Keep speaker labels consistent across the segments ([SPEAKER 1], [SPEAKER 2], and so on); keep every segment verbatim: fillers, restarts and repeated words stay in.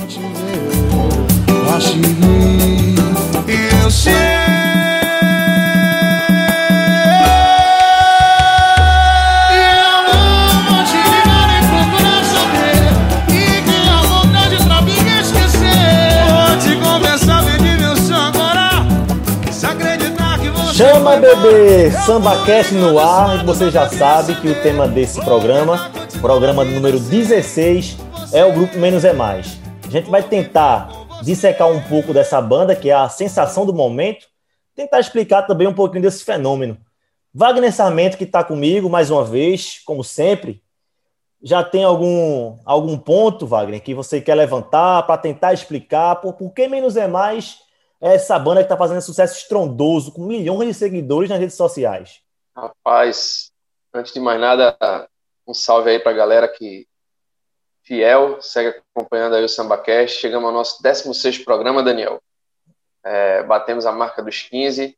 [SPEAKER 1] te ver, vacilei, e eu sei.
[SPEAKER 2] Chama bebê, SambaCast no ar, e você já sabe que o tema desse programa, programa número dezesseis, é o grupo Menos é Mais. A gente vai tentar dissecar um pouco dessa banda, que é a sensação do momento, tentar explicar também um pouquinho desse fenômeno. Wagner Sarmento, que está comigo mais uma vez, como sempre, já tem algum, algum ponto, Wagner, que você quer levantar para tentar explicar por, por que Menos é Mais é essa banda que está fazendo sucesso estrondoso, com milhões de seguidores nas redes sociais?
[SPEAKER 3] Rapaz, antes de mais nada, um salve aí para a galera que fiel, segue acompanhando aí o SambaCast. Chegamos ao nosso décimo sexto programa, Daniel. É, batemos a marca dos quinze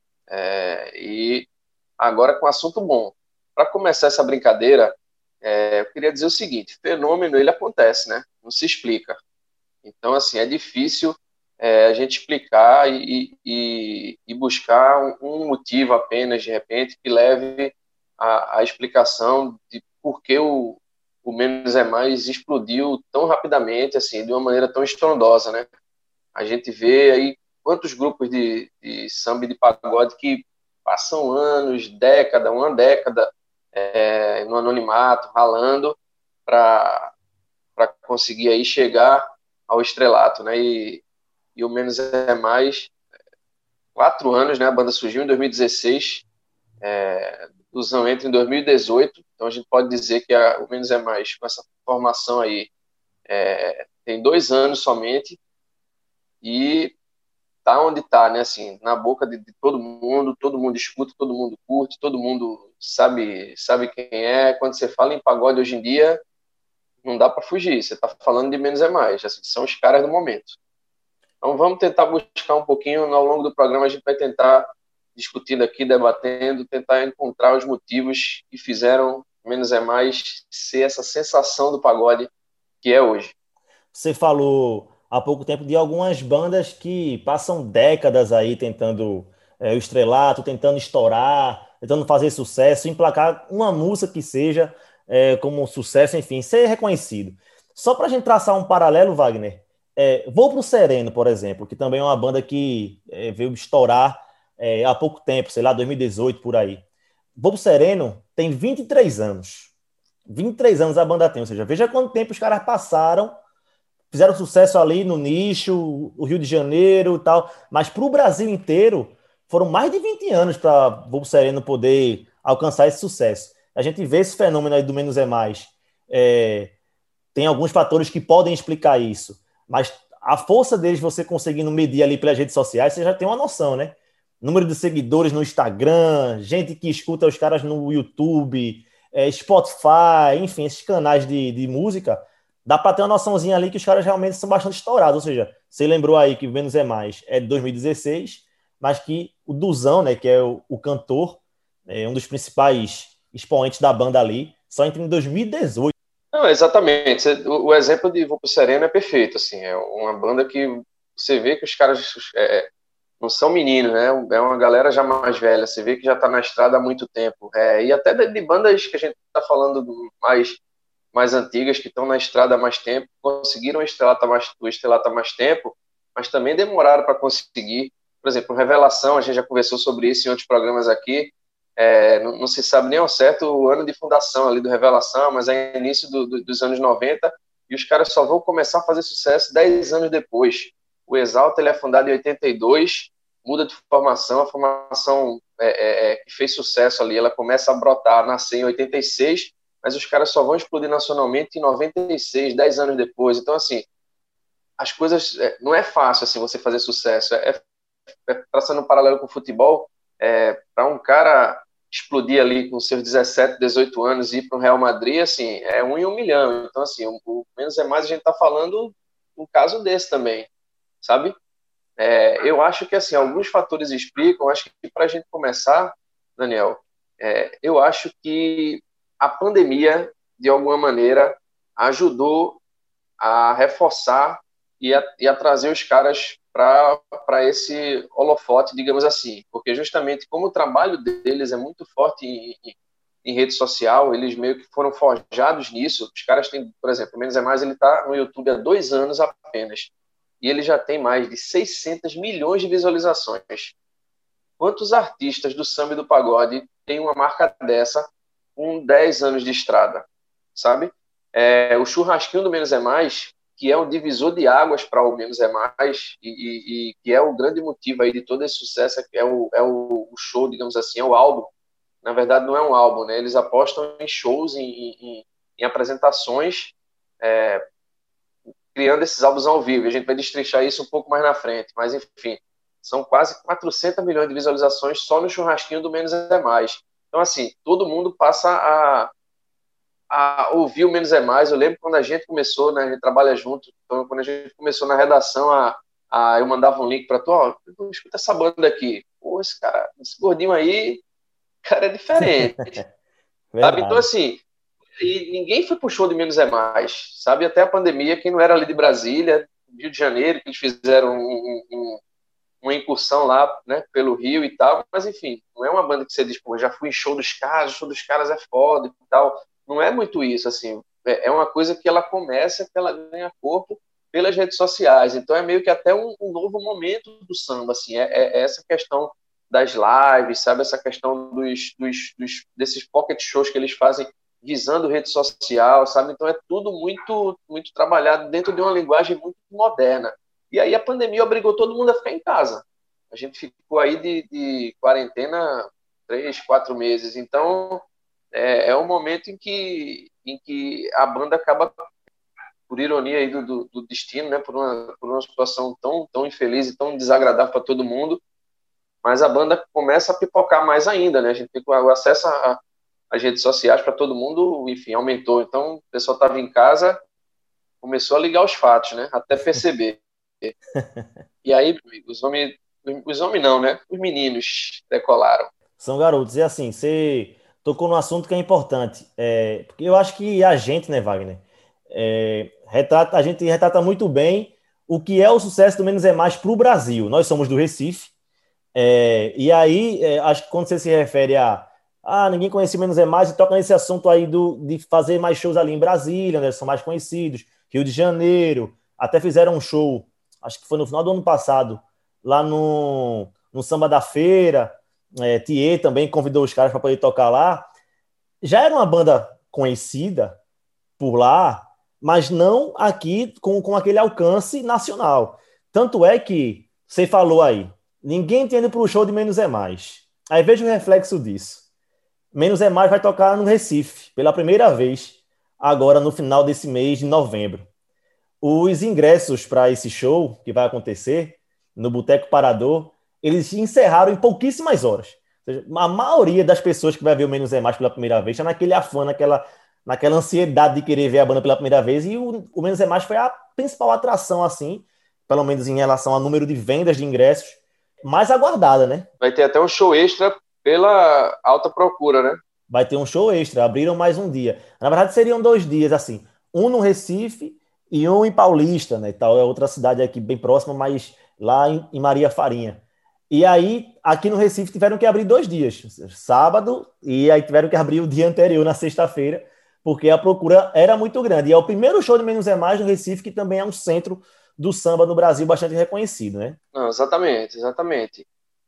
[SPEAKER 3] é, e agora com assunto bom. Para começar essa brincadeira, é, eu queria dizer o seguinte: fenômeno, ele acontece, né? Não se explica. Então, assim, é difícil É, a gente explicar e, e, e buscar um, um motivo apenas, de repente, que leve a, a explicação de por que o, o Menos é Mais explodiu tão rapidamente, assim, de uma maneira tão estrondosa, né? A gente vê aí quantos grupos de, de samba e de pagode que passam anos, década, uma década é, no anonimato, ralando para para conseguir aí chegar ao estrelato, né? E E o Menos é Mais, quatro anos, né? A banda surgiu em dois mil e dezesseis, é, Ilusão entra em dois mil e dezoito, então a gente pode dizer que a, o Menos é Mais, com essa formação aí, é, tem dois anos somente, e tá onde tá, né? Assim, na boca de, de todo mundo, todo mundo escuta, todo mundo curte, todo mundo sabe, sabe quem é. Quando você fala em pagode hoje em dia, não dá para fugir, você tá falando de Menos é Mais, assim, são os caras do momento. Então vamos tentar buscar um pouquinho, ao longo do programa a gente vai tentar, discutindo aqui, debatendo, tentar encontrar os motivos que fizeram Menos é Mais ser essa sensação do pagode que é hoje.
[SPEAKER 2] Você falou há pouco tempo de algumas bandas que passam décadas aí tentando é, o estrelato, tentando estourar, tentando fazer sucesso, emplacar uma música que seja é, como um sucesso, enfim, ser reconhecido. Só para a gente traçar um paralelo, Wagner, é, Vou Pro Sereno, por exemplo, que também é uma banda que é, veio estourar é, há pouco tempo, sei lá, dois mil e dezoito, por aí. Vou Pro Sereno tem vinte e três anos. vinte e três anos a banda tem, ou seja, veja quanto tempo os caras passaram, fizeram sucesso ali no nicho, o Rio de Janeiro e tal, mas para o Brasil inteiro foram mais de vinte anos para Voo Sereno poder alcançar esse sucesso. A gente vê esse fenômeno aí do Menos é Mais. É, tem alguns fatores que podem explicar isso, mas a força deles, você conseguindo medir ali pelas redes sociais, você já tem uma noção, né? Número de seguidores no Instagram, gente que escuta os caras no YouTube, é, Spotify, enfim, esses canais de, de música, dá para ter uma noçãozinha ali que os caras realmente são bastante estourados. Ou seja, você lembrou aí que Menos é Mais é de dois mil e dezesseis, mas que o Duzão, né, que é o, o cantor, é um dos principais expoentes da banda ali, só entra em dois mil e dezoito.
[SPEAKER 3] Não, exatamente. O, o exemplo de Voo Pro Sereno é perfeito. Assim, é uma banda que você vê que os caras é, não são meninos, né? É uma galera já mais velha. Você vê que já está na estrada há muito tempo. É, e até de, de bandas que a gente está falando mais mais antigas, que estão na estrada há mais tempo, conseguiram o estrelato há mais, o estrelato há mais tempo, mas também demoraram para conseguir. Por exemplo, Revelação, a gente já conversou sobre isso em outros programas aqui, é, não, não se sabe nem ao certo o ano de fundação ali do Revelação, mas é início do, do, dos anos noventa, e os caras só vão começar a fazer sucesso dez anos depois. O Exalta, ele é fundado em oitenta e dois, muda de formação, a formação é, é, que fez sucesso ali, ela começa a brotar, a nascer em oitenta e seis, mas os caras só vão explodir nacionalmente em noventa e seis, dez anos depois. Então, assim, as coisas... Não é fácil, assim, você fazer sucesso. É, é traçando um paralelo com o futebol, é, para um cara explodir ali com seus dezessete, dezoito anos e ir para o Real Madrid, assim, é um em um milhão. Então, assim, o, o Menos é Mais, a gente está falando um caso desse também, sabe? É, eu acho que, assim, alguns fatores explicam. Acho que para a gente começar, Daniel, é, eu acho que a pandemia, de alguma maneira, ajudou a reforçar ia, ia trazer os caras para esse holofote, digamos assim, porque justamente como o trabalho deles é muito forte em, em, em rede social, eles meio que foram forjados nisso. Os caras têm, por exemplo, o Menos é Mais, ele está no YouTube há dois anos apenas, e ele já tem mais de seiscentos milhões de visualizações. Quantos artistas do samba e do pagode têm uma marca dessa com dez anos de estrada, sabe? É, o churrasquinho do Menos é Mais, que é um divisor de águas para o Menos é Mais, e, e, e que é o grande motivo aí de todo esse sucesso, é o, é o show, digamos assim, é o álbum. Na verdade, não é um álbum, né? Eles apostam em shows, em, em, em apresentações, é, criando esses álbuns ao vivo. A gente vai destrinchar isso um pouco mais na frente, mas enfim, são quase quatrocentos milhões de visualizações só no churrasquinho do Menos é Mais. Então, assim, todo mundo passa a, a ouvir o Menos é Mais. Eu lembro quando a gente começou, né, a gente trabalha junto, então quando a gente começou na redação, a, a, eu mandava um link para tu, ó, escuta essa banda aqui. Pô, esse cara, esse gordinho aí, cara, é diferente. Sabe? Então, assim, e ninguém foi pro show de Menos é Mais, sabe? Até a pandemia, quem não era ali de Brasília, Rio de Janeiro, que eles fizeram um, um, uma incursão lá, né, pelo Rio e tal, mas enfim, não é uma banda que você diz, pô, já fui em show dos caras, o show dos caras é foda e tal. Não é muito isso, assim, é uma coisa que ela começa, que ela ganha corpo pelas redes sociais, então é meio que até um, um novo momento do samba, assim, é, é essa questão das lives, sabe, essa questão dos, dos, dos, desses pocket shows que eles fazem visando rede social, sabe, então é tudo muito, muito trabalhado dentro de uma linguagem muito moderna. E aí a pandemia obrigou todo mundo a ficar em casa. A gente ficou aí de, de quarentena três, quatro meses. Então, é, é um momento em que, em que a banda acaba, por ironia aí do, do, do destino, né, por, uma, por uma situação tão, tão infeliz e tão desagradável para todo mundo, mas a banda começa a pipocar mais ainda, né? A gente tem o acesso a, às redes sociais para todo mundo, enfim, aumentou. Então, o pessoal estava em casa, começou a ligar os fatos, né? Até perceber. E aí, os homens, os homens não, né? Os meninos decolaram.
[SPEAKER 2] São garotos. E assim, você tocou num assunto que é importante. É, porque eu acho que a gente, né, Wagner, é, retrata, a gente retrata muito bem o que é o sucesso do Menos é Mais para o Brasil. Nós somos do Recife. É, e aí, é, acho que quando você se refere a ah, ninguém conhecia Menos é Mais, e toca nesse assunto aí do, de fazer mais shows ali em Brasília, né, são mais conhecidos, Rio de Janeiro, até fizeram um show, acho que foi no final do ano passado, lá no, no Samba da Feira, é, Thier também convidou os caras para poder tocar lá. Já era uma banda conhecida por lá, mas não aqui com, com aquele alcance nacional. Tanto é que, você falou aí, ninguém entende para o show de Menos é Mais. Aí veja o reflexo disso. Menos é Mais vai tocar no Recife, pela primeira vez, agora no final desse mês de novembro. Os ingressos para esse show, que vai acontecer no Boteco Parador, eles encerraram em pouquíssimas horas. Ou seja, a maioria das pessoas que vai ver o Menos é Mais pela primeira vez está naquele afã, naquela, naquela ansiedade de querer ver a banda pela primeira vez, e o, o Menos é Mais foi a principal atração, assim, pelo menos em relação ao número de vendas de ingressos, mais aguardada, né?
[SPEAKER 3] Vai ter até um show extra pela alta procura, né?
[SPEAKER 2] Vai ter um show extra, abriram mais um dia. Na verdade, seriam dois dias, assim, um no Recife e um em Paulista, né, e tal, é outra cidade aqui bem próxima, mas lá em, em Maria Farinha. E aí, aqui no Recife, tiveram que abrir dois dias, sábado, e aí tiveram que abrir o dia anterior, na sexta-feira, porque a procura era muito grande. E é o primeiro show de Menos é Mais no Recife, que também é um centro do samba no Brasil bastante reconhecido, né?
[SPEAKER 3] Não, exatamente, exatamente.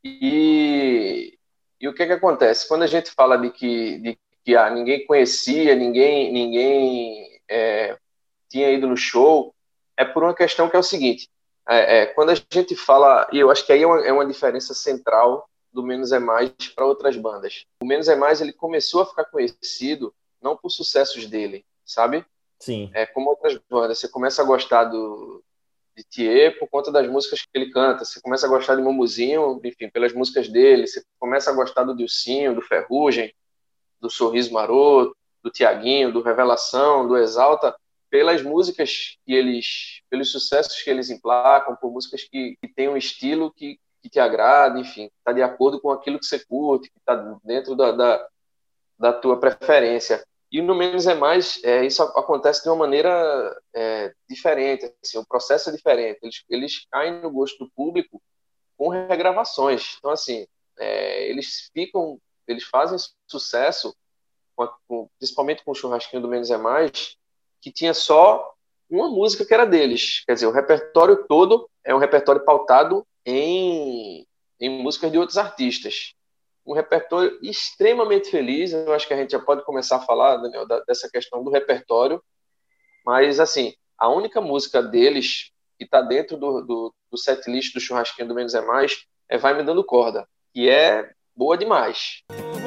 [SPEAKER 3] E, e o que que acontece? Quando a gente fala de que, de que ah, ninguém conhecia, ninguém, ninguém é, tinha ido no show, é por uma questão que é o seguinte, é, é, quando a gente fala, e eu acho que aí é uma, é uma diferença central do Menos é Mais para outras bandas. O Menos é Mais, ele começou a ficar conhecido não por sucessos dele, sabe?
[SPEAKER 2] Sim.
[SPEAKER 3] É como outras bandas, você começa a gostar do, de Thier por conta das músicas que ele canta, você começa a gostar de Mumuzinho, enfim, pelas músicas dele, você começa a gostar do Dilcinho, do Ferrugem, do Sorriso Maroto, do Tiaguinho, do Revelação, do Exalta, pelas músicas que eles, pelos sucessos que eles emplacam, por músicas que, que têm um estilo que, que te agrada, enfim, que está de acordo com aquilo que você curte, que está dentro da, da, da tua preferência. E no Menos é Mais, é, isso acontece de uma maneira é, diferente, assim, o processo é diferente. Eles, eles caem no gosto do público com regravações. Então, assim, é, eles ficam, eles fazem sucesso, com a, com, principalmente com o Churrasquinho do Menos é Mais, que tinha só uma música que era deles. Quer dizer, o repertório todo é um repertório pautado em, em músicas de outros artistas. Um repertório extremamente feliz. Eu acho que a gente já pode começar a falar, Daniel, da, dessa questão do repertório. Mas, assim, a única música deles que está dentro do, do, do setlist do Churrasquinho do Menos é Mais é Vai Me Dando Corda, que é boa demais.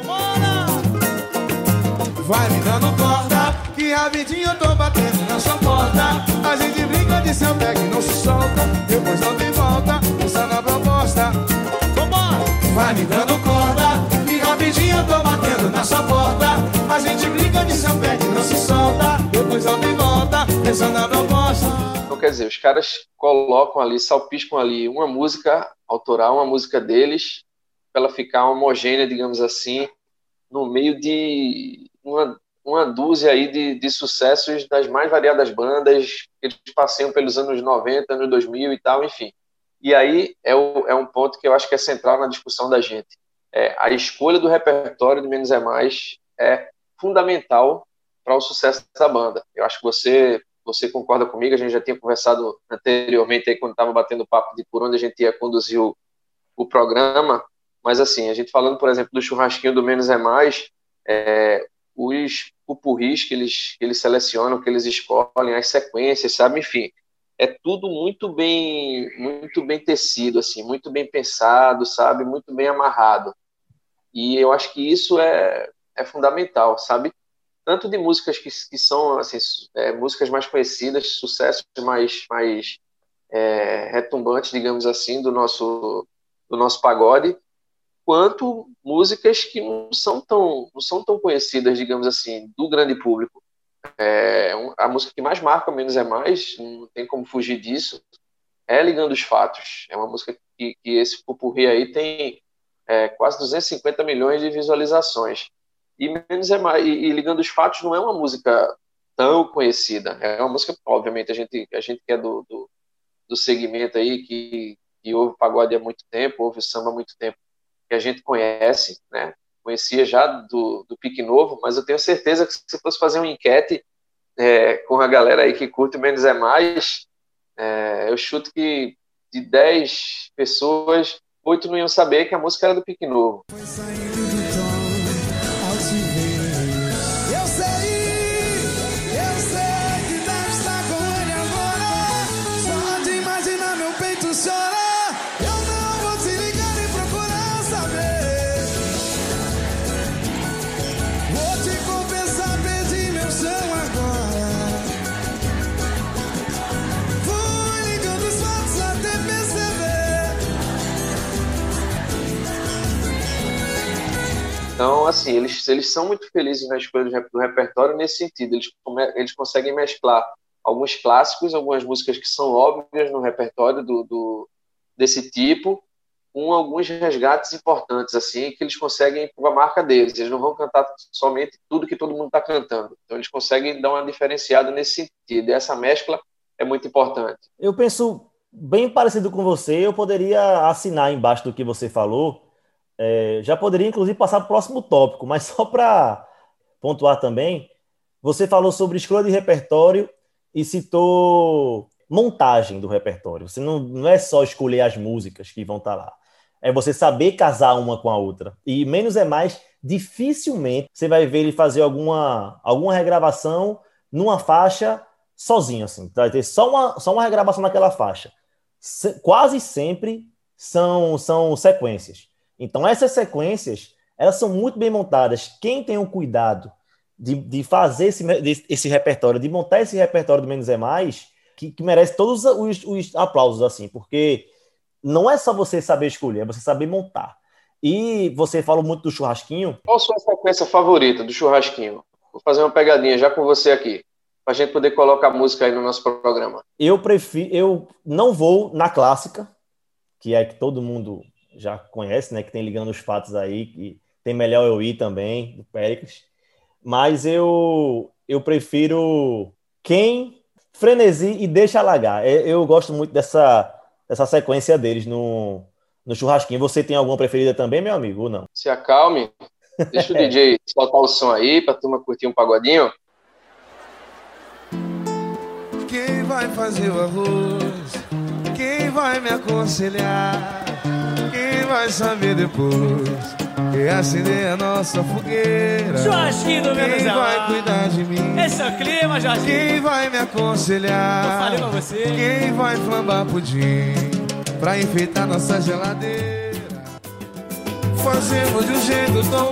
[SPEAKER 1] Vai me dando corda, que rapidinho eu tô batendo na sua porta. A gente brinca de seu pé que não se solta, depois não tem volta, pensa na proposta. Vambora! Vai me dando corda, que rapidinho eu tô batendo na sua porta. A gente brinca de seu pé que não se solta, depois não tem volta, pensa na proposta.
[SPEAKER 3] Então, quer dizer, os caras colocam ali, salpiscam ali uma música autoral, uma música deles, para ela ficar homogênea, digamos assim, no meio de uma, uma dúzia aí de, de sucessos das mais variadas bandas que eles passeiam pelos anos noventa, anos dois mil e tal, enfim. E aí é, o, é um ponto que eu acho que é central na discussão da gente. É, a escolha do repertório do Menos é Mais é fundamental para o sucesso da banda. Eu acho que você, você concorda comigo, a gente já tinha conversado anteriormente aí quando estava batendo papo de por onde a gente ia conduzir o, o programa, mas assim, a gente falando, por exemplo, do Churrasquinho do Menos é Mais, é, os pupurris que eles, que eles selecionam, que eles escolhem, as sequências, sabe? Enfim, é tudo muito bem, muito bem tecido, assim, muito bem pensado, sabe? Muito bem amarrado. E eu acho que isso é, é fundamental, sabe? Tanto de músicas que, que são assim, é, músicas mais conhecidas, sucessos mais, mais é, retumbantes, digamos assim, do nosso, do nosso pagode, quanto músicas que não são tão, não são tão conhecidas, digamos assim, do grande público. É, a música que mais marca, Menos é Mais, não tem como fugir disso, é Ligando os Fatos. É uma música que, que esse pupurri aí tem é, quase duzentos e cinquenta milhões de visualizações. E, Menos é Mais, e, e Ligando os Fatos não é uma música tão conhecida. É uma música, obviamente, a gente, a gente que é do, do, do segmento aí, que, que ouve pagode há muito tempo, ouve samba há muito tempo, que a gente conhece, né? Conhecia já do, do Pique Novo, mas eu tenho certeza que se fosse fazer uma enquete é, com a galera aí que curte Menos é Mais, é, eu chuto que de dez pessoas, oito não iam saber que a música era do Pique Novo.
[SPEAKER 1] Foi saindo do tom ao te ver. Eu sei, eu sei que deve estar com ele agora. Só de imaginar meu peito chora. Eu não vou te ligar e procurar saber. Vou te confessar, perdi meu chão agora. Fui ligando os fatos até perceber.
[SPEAKER 3] Então, assim, eles, eles são muito felizes na escolha do, rep- do repertório nesse sentido. Eles, come- eles conseguem mesclar alguns clássicos, algumas músicas que são óbvias no repertório do, do- desse tipo, com alguns resgates importantes, assim, que eles conseguem pôr a marca deles. Eles não vão cantar somente tudo que todo mundo está cantando. Então, eles conseguem dar uma diferenciada nesse sentido. E essa mescla é muito importante.
[SPEAKER 2] Eu penso bem parecido com você, eu poderia assinar embaixo do que você falou. É, já poderia, inclusive, passar para o próximo tópico, mas só para pontuar também, você falou sobre escolha de repertório e citou montagem do repertório. Você não, não é só escolher as músicas que vão estar lá, é você saber casar uma com a outra. E Menos é Mais, dificilmente você vai ver ele fazer alguma, alguma regravação numa faixa sozinho, assim. Vai ter só uma, só uma regravação naquela faixa. Se, quase sempre são, são sequências. Então, essas sequências, elas são muito bem montadas. Quem tem o cuidado de, de fazer esse, de, esse repertório, de montar esse repertório do Menos é Mais, que, que merece todos os, os aplausos, assim, porque não é só você saber escolher, é você saber montar. E você falou muito do Churrasquinho.
[SPEAKER 3] Qual a sua sequência favorita do Churrasquinho? Vou fazer uma pegadinha já com você aqui, para a gente poder colocar a música aí no nosso programa.
[SPEAKER 2] Eu prefiro, eu não vou na clássica, que é que todo mundo já conhece, né? Que tem Ligando os Fatos aí, que tem Melhor Eu Ir também, do Péricles. mas eu, eu prefiro Quem, Frenesi e Deixa Alagar. É, Eu gosto muito dessa, dessa sequência deles no, no churrasquinho. Você tem alguma preferida também, meu amigo, ou não?
[SPEAKER 3] Se acalme. Deixa o D J soltar o som aí pra turma curtir um pagodinho.
[SPEAKER 1] Quem vai fazer o arroz? Quem vai me aconselhar? Quem vai saber depois que acender a nossa fogueira?
[SPEAKER 4] Churrasquinho do Menos
[SPEAKER 1] Quem
[SPEAKER 4] é
[SPEAKER 1] vai
[SPEAKER 4] Mais.
[SPEAKER 1] cuidar de mim?
[SPEAKER 4] Esse é o clima, Jorginho.
[SPEAKER 1] Quem vai me aconselhar?
[SPEAKER 4] Eu falei pra você.
[SPEAKER 1] Quem vai flambar pudim pra enfeitar nossa geladeira? Fazemos de um jeito tão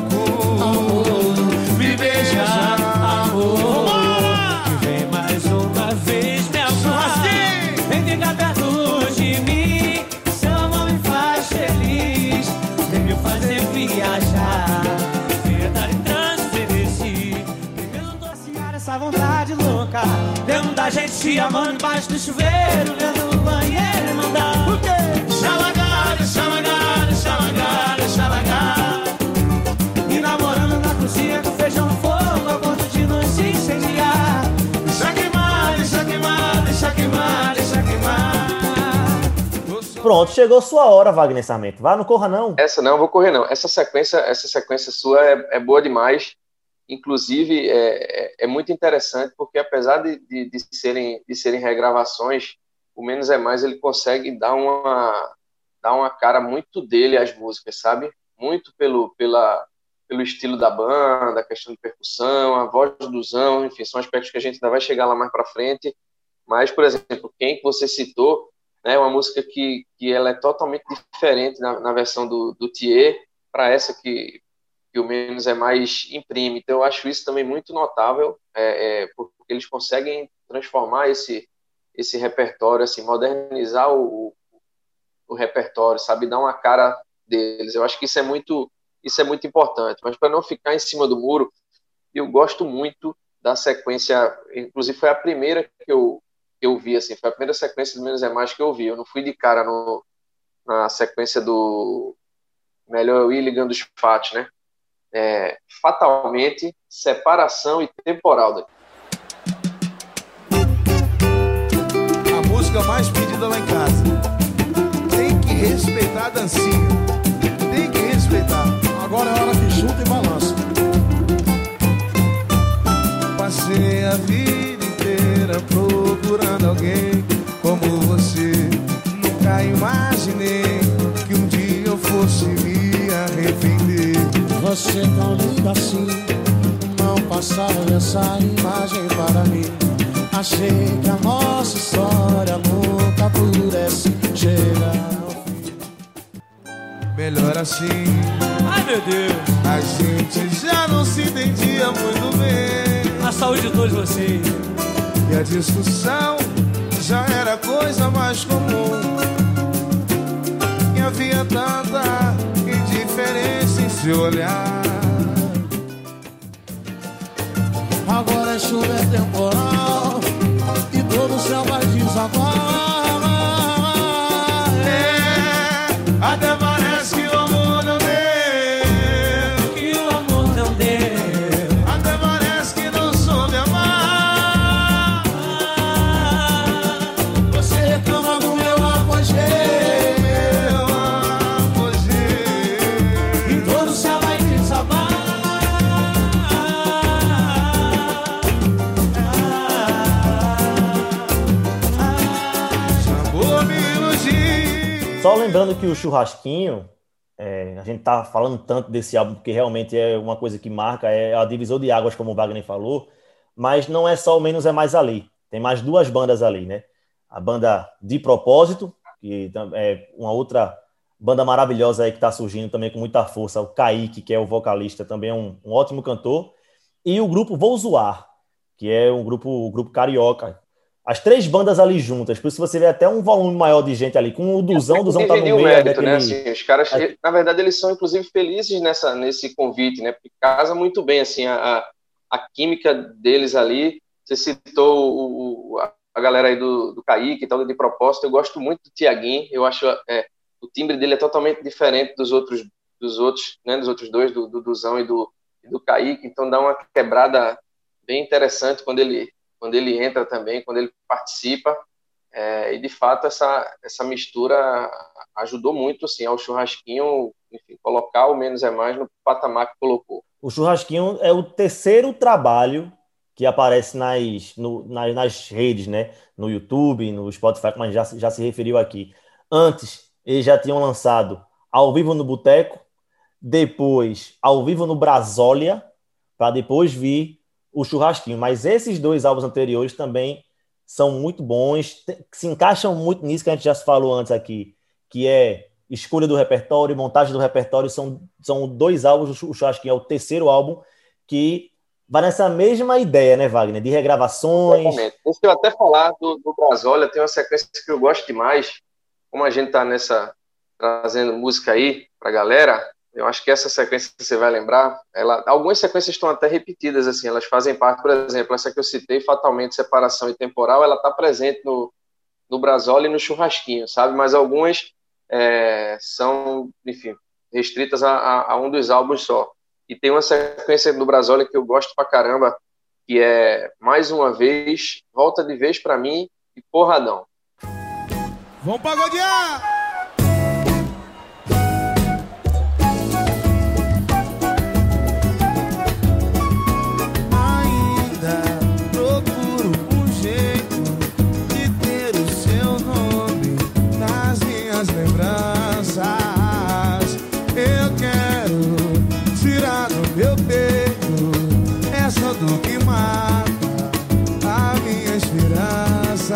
[SPEAKER 1] louco. Me beija, amor.
[SPEAKER 4] E vem mais uma vez me amar. Vem ficar perto de mim. Seu amor me faz feliz. Vem me fazer viajar. Verdade transferir. Vivendo docear essa vontade louca. Vendo da gente se amando embaixo do chuveiro. Vendo no banheiro e mandar. O quê? Xalagada, xalagada, xalagada, xalagada. E namorando na cozinha com feijão no fogo, a ponto de não se incendiar. Deixa queimar, deixa queimar, deixa queimar, deixa queimar.
[SPEAKER 2] Pronto, chegou sua hora, Wagner Sarmento. Vá, não corra não.
[SPEAKER 3] Essa não, vou correr não. Essa sequência, essa sequência sua é, é boa demais. Inclusive, é, é, é muito interessante, porque apesar de, de, de, serem, de serem regravações, o Menos é Mais, ele consegue dar uma, dar uma cara muito dele às músicas, sabe? Muito pelo, pela, pelo estilo da banda, a questão de percussão, a voz do Zão, enfim, são aspectos que a gente ainda vai chegar lá mais para frente. Mas, por exemplo, Quem que você citou, é uma música que, que ela é totalmente diferente na, na versão do, do Thier para essa que, que o Menos é Mais imprime. Então, eu acho isso também muito notável, é, é, porque eles conseguem transformar esse, esse repertório, assim, modernizar o, o repertório, sabe, dar uma cara deles. Eu acho que isso é muito, isso é muito importante. Mas para não ficar em cima do muro, eu gosto muito da sequência, inclusive foi a primeira que eu, que eu vi, assim, foi a primeira sequência do Menos é Mais que eu vi. Eu não fui de cara no, na sequência do Melhor Eu Ir Ligando os Fatos, né? É, Fatalmente, Separação e Temporal.
[SPEAKER 1] A música mais pedida lá em casa. Tem que respeitar a dancinha. Tem que respeitar. Agora é hora que junta e balança. Passei a vida inteira procurando alguém como você. Nunca imaginei que um dia eu fosse me arrepender.
[SPEAKER 5] Você tão linda assim, não passava essa imagem para mim. Achei que a nossa história nunca pudesse chegar ao fim.
[SPEAKER 1] Melhor assim,
[SPEAKER 4] Ai, meu Deus.
[SPEAKER 1] a gente já não se entendia muito bem.
[SPEAKER 4] A saúde de todos vocês.
[SPEAKER 1] E a discussão já era coisa mais comum. E havia tanta indiferença em seu olhar.
[SPEAKER 5] Agora é chuva, é temporal e todo o céu vai desabar.
[SPEAKER 1] É, até parece que o amor não deu.
[SPEAKER 4] Que o amor não deu.
[SPEAKER 1] Até parece que não soube amar.
[SPEAKER 5] Você reclama do meu apogeu,
[SPEAKER 1] Meu apogeu.
[SPEAKER 5] e todo o céu vai desabar.
[SPEAKER 1] Vou me iludir.
[SPEAKER 2] Só lembrando que o Churrasquinho, é, a gente tá falando tanto desse álbum porque realmente é uma coisa que marca, é a divisor de águas, como o Wagner falou, mas não é só o Menos é Mais ali. Tem mais duas bandas ali, né? A banda De Propósito, que é uma outra banda maravilhosa aí que tá surgindo também com muita força, o Kaique, que é o vocalista, também é um, um ótimo cantor, e o grupo Vou Zoar, que é um grupo, um grupo carioca. As três bandas ali juntas, por isso você vê até um volume maior de gente ali, com o Duzão, o Duzão tá no
[SPEAKER 3] Dividir o
[SPEAKER 2] meio
[SPEAKER 3] mérito,
[SPEAKER 2] daquele...
[SPEAKER 3] né? Assim, os caras, na verdade, eles são inclusive felizes nessa, nesse convite, né? Porque casa muito bem assim a, a química deles ali. Você citou o, o, a galera aí do, do Kaique e tal, De Propósito. Eu gosto muito do Tiaguinho. Eu acho é, o timbre dele é totalmente diferente dos outros, dos outros, né? Dos outros dois, do, do Duzão e do e do Kaique, então dá uma quebrada bem interessante quando ele, quando ele entra também, quando ele participa, é, e de fato essa, essa mistura ajudou muito assim, ao Churrasquinho, enfim, colocar o Menos é Mais no patamar que colocou.
[SPEAKER 2] O Churrasquinho é o terceiro trabalho que aparece nas, no, nas, nas redes, né? No YouTube, no Spotify, como a gente já, já se referiu aqui. Antes, eles já tinham lançado Ao Vivo no Boteco, depois Ao Vivo no Brasólia, para depois vir o Churrasquinho. Mas esses dois álbuns anteriores também são muito bons, se encaixam muito nisso que a gente já se falou antes aqui, que é escolha do repertório, montagem do repertório. São, são dois álbuns, o Churrasquinho é o terceiro álbum, que vai nessa mesma ideia, né, Wagner? De regravações.
[SPEAKER 3] Exatamente. Deixa eu até falar do, do Brasólia, tem uma sequência que eu gosto demais, como a gente está nessa, trazendo música aí pra galera, eu acho que essa sequência que você vai lembrar, ela, algumas sequências estão até repetidas, assim, elas fazem parte, por exemplo, essa que eu citei, Fatalmente, Separação e Temporal, ela está presente no, no Brasólia e no Churrasquinho, sabe? Mas algumas é, são, enfim, restritas a, a, a um dos álbuns só. E tem uma sequência do Brasólia que eu gosto pra caramba, que é Mais Uma Vez, Volta de Vez Pra Mim e Porradão.
[SPEAKER 1] Vamos pagodear! Ainda procuro um jeito de ter o seu nome nas minhas lembranças. Eu quero tirar do meu peito essa dor que mata a minha esperança.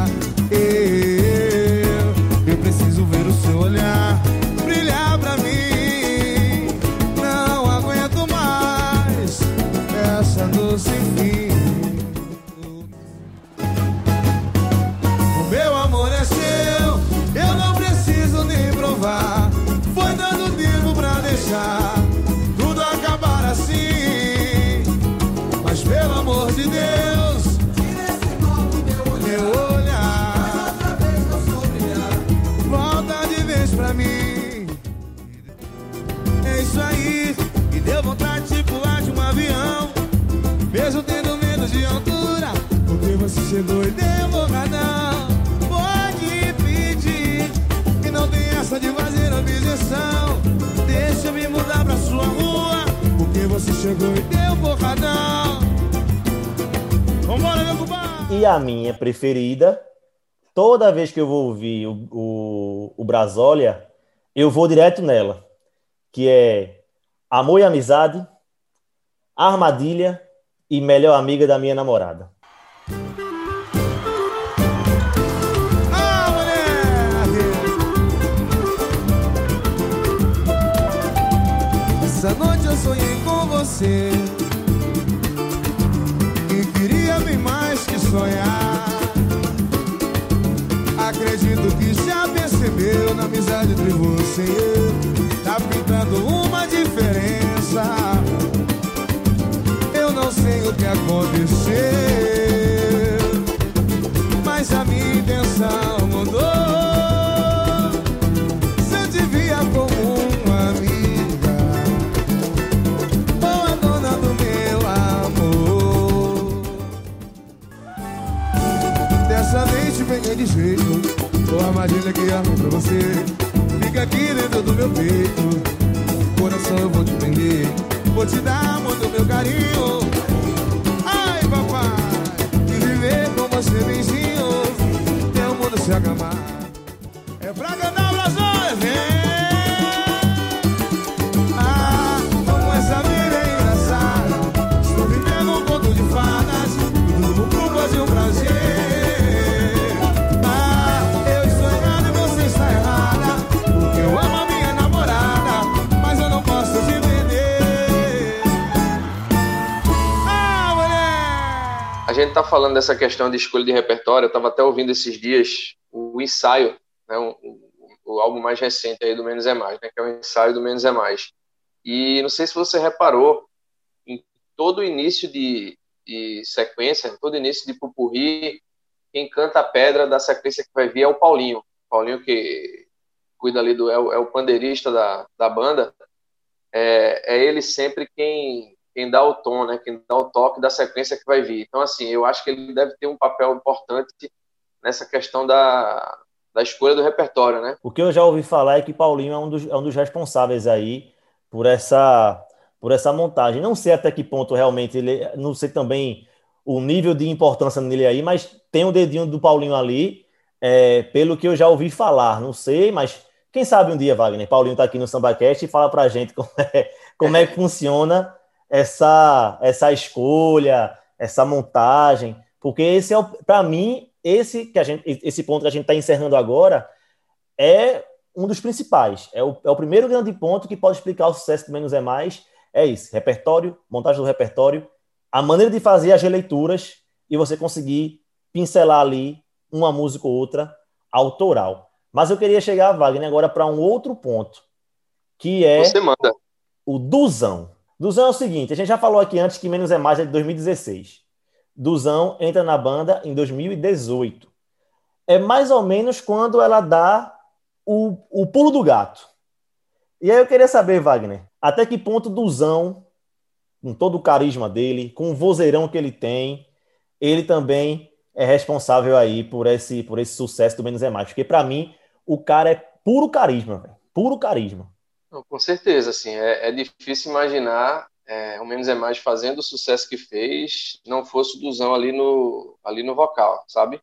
[SPEAKER 1] Eu, eu preciso ver o seu olhar brilhar pra mim. Não aguento mais essa dor sem fim. O meu amor é seu, eu não preciso nem provar. Foi dando tempo pra deixar tudo acabar assim. Mas pelo amor de Deus, meu olhar, volta de vez pra mim. É isso aí, me deu vontade de pular de um avião, mesmo tendo medo de altura, porque você chegou e deu borradão. Pode pedir, que não tem essa de fazer objeção. Deixa eu me mudar pra sua rua, porque você chegou e deu borradão. Vambora, meu compadre!
[SPEAKER 2] E a minha preferida, toda vez que eu vou ouvir o, o, o Brasólia, eu vou direto nela, que é Amor e Amizade, Armadilha e Melhor Amiga da Minha Namorada.
[SPEAKER 1] Ah, moleque! Essa noite eu sonhei com você e queria bem mais que sonhar. Acredito que já percebeu na amizade entre você e eu, tá pintando uma diferença. Eu não sei o que aconteceu, mas a minha intenção mudou. Você te via como uma amiga, ou a dona do meu amor. Dessa vez te peguei de jeito, com a armadilha que armei pra você. Fica aqui dentro do meu peito, coração eu vou te prender, vou te dar muito meu carinho. Ai, papai, e viver com você benzinho, ter o mundo se acalmar. É pra cantar o Brasólia, vem! Ah, como essa vida é engraçada. Estou vivendo um conto de fadas, e tudo por fazer um prazer. Ah, eu estou errado e você está errada, porque eu amo a minha namorada, mas eu não posso te vender. Ah, mulher!
[SPEAKER 3] A gente tá falando dessa questão de escolha de repertório, eu tava até ouvindo esses dias o Ensaio, né, o, o, o álbum mais recente aí do Menos é Mais, né, que é o Ensaio do Menos é Mais. E não sei se você reparou, em todo início de, de sequência, todo início de pupurri, quem canta a pedra da sequência que vai vir é o Paulinho. Paulinho que cuida ali do... é o, é o pandeirista da, da banda. É, é ele sempre quem, quem dá o tom, né? Quem dá o toque da sequência que vai vir. Então, assim, eu acho que ele deve ter um papel importante nessa questão da, da escolha do repertório, né?
[SPEAKER 2] O que eu já ouvi falar é que Paulinho é um dos, é um dos responsáveis aí por essa, por essa montagem. Não sei até que ponto realmente ele, não sei também o nível de importância nele aí, mas tem o dedinho do Paulinho ali, é, pelo que eu já ouvi falar. Não sei, mas quem sabe um dia, Wagner, Paulinho tá aqui no SambaCast e fala pra gente como é, como é que funciona essa, essa escolha, essa montagem, porque esse é, para mim, esse, que a gente, esse ponto que a gente está encerrando agora é um dos principais. É o, é o primeiro grande ponto que pode explicar o sucesso do Menos é Mais. É isso, repertório, montagem do repertório, a maneira de fazer as releituras e você conseguir pincelar ali uma música ou outra autoral. Mas eu queria chegar, Wagner, agora para um outro ponto, que é
[SPEAKER 3] Você manda.
[SPEAKER 2] o Duzão. Duzão é o seguinte, a gente já falou aqui antes que Menos é Mais é de dois mil e dezesseis. Duzão entra na banda em dois mil e dezoito. É mais ou menos quando ela dá o, o pulo do gato. E aí eu queria saber, Wagner, até que ponto Duzão, com todo o carisma dele, com o vozeirão que ele tem, ele também é responsável aí por esse, por esse sucesso do Menos é Mais. Porque para mim, o cara é puro carisma, véio. Puro carisma.
[SPEAKER 3] Não, com certeza, assim, é, é difícil imaginar é, o Menos é Mais fazendo o sucesso que fez, não fosse o Duzão ali no, ali no vocal, sabe?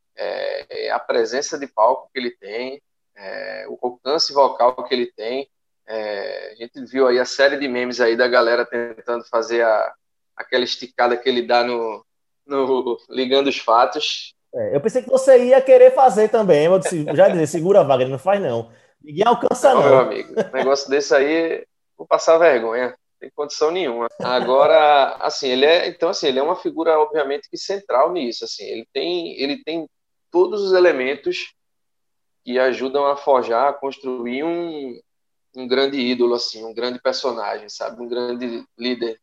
[SPEAKER 3] É, é a presença de palco que ele tem, é, o alcance vocal que ele tem. É, a gente viu aí a série de memes aí da galera tentando fazer a, aquela esticada que ele dá no, no Ligando os Fatos.
[SPEAKER 2] É, eu pensei que você ia querer fazer também. Eu disse, já dizer, segura, Wagner, não faz não. Ninguém alcança
[SPEAKER 3] Não,
[SPEAKER 2] não.
[SPEAKER 3] meu amigo, um negócio desse aí, vou passar vergonha, não tem condição nenhuma. Agora, assim, ele é, então assim, ele é uma figura obviamente que central nisso, assim, ele tem, ele tem todos os elementos que ajudam a forjar, a construir um, um grande ídolo, assim, um grande personagem, sabe, um grande líder.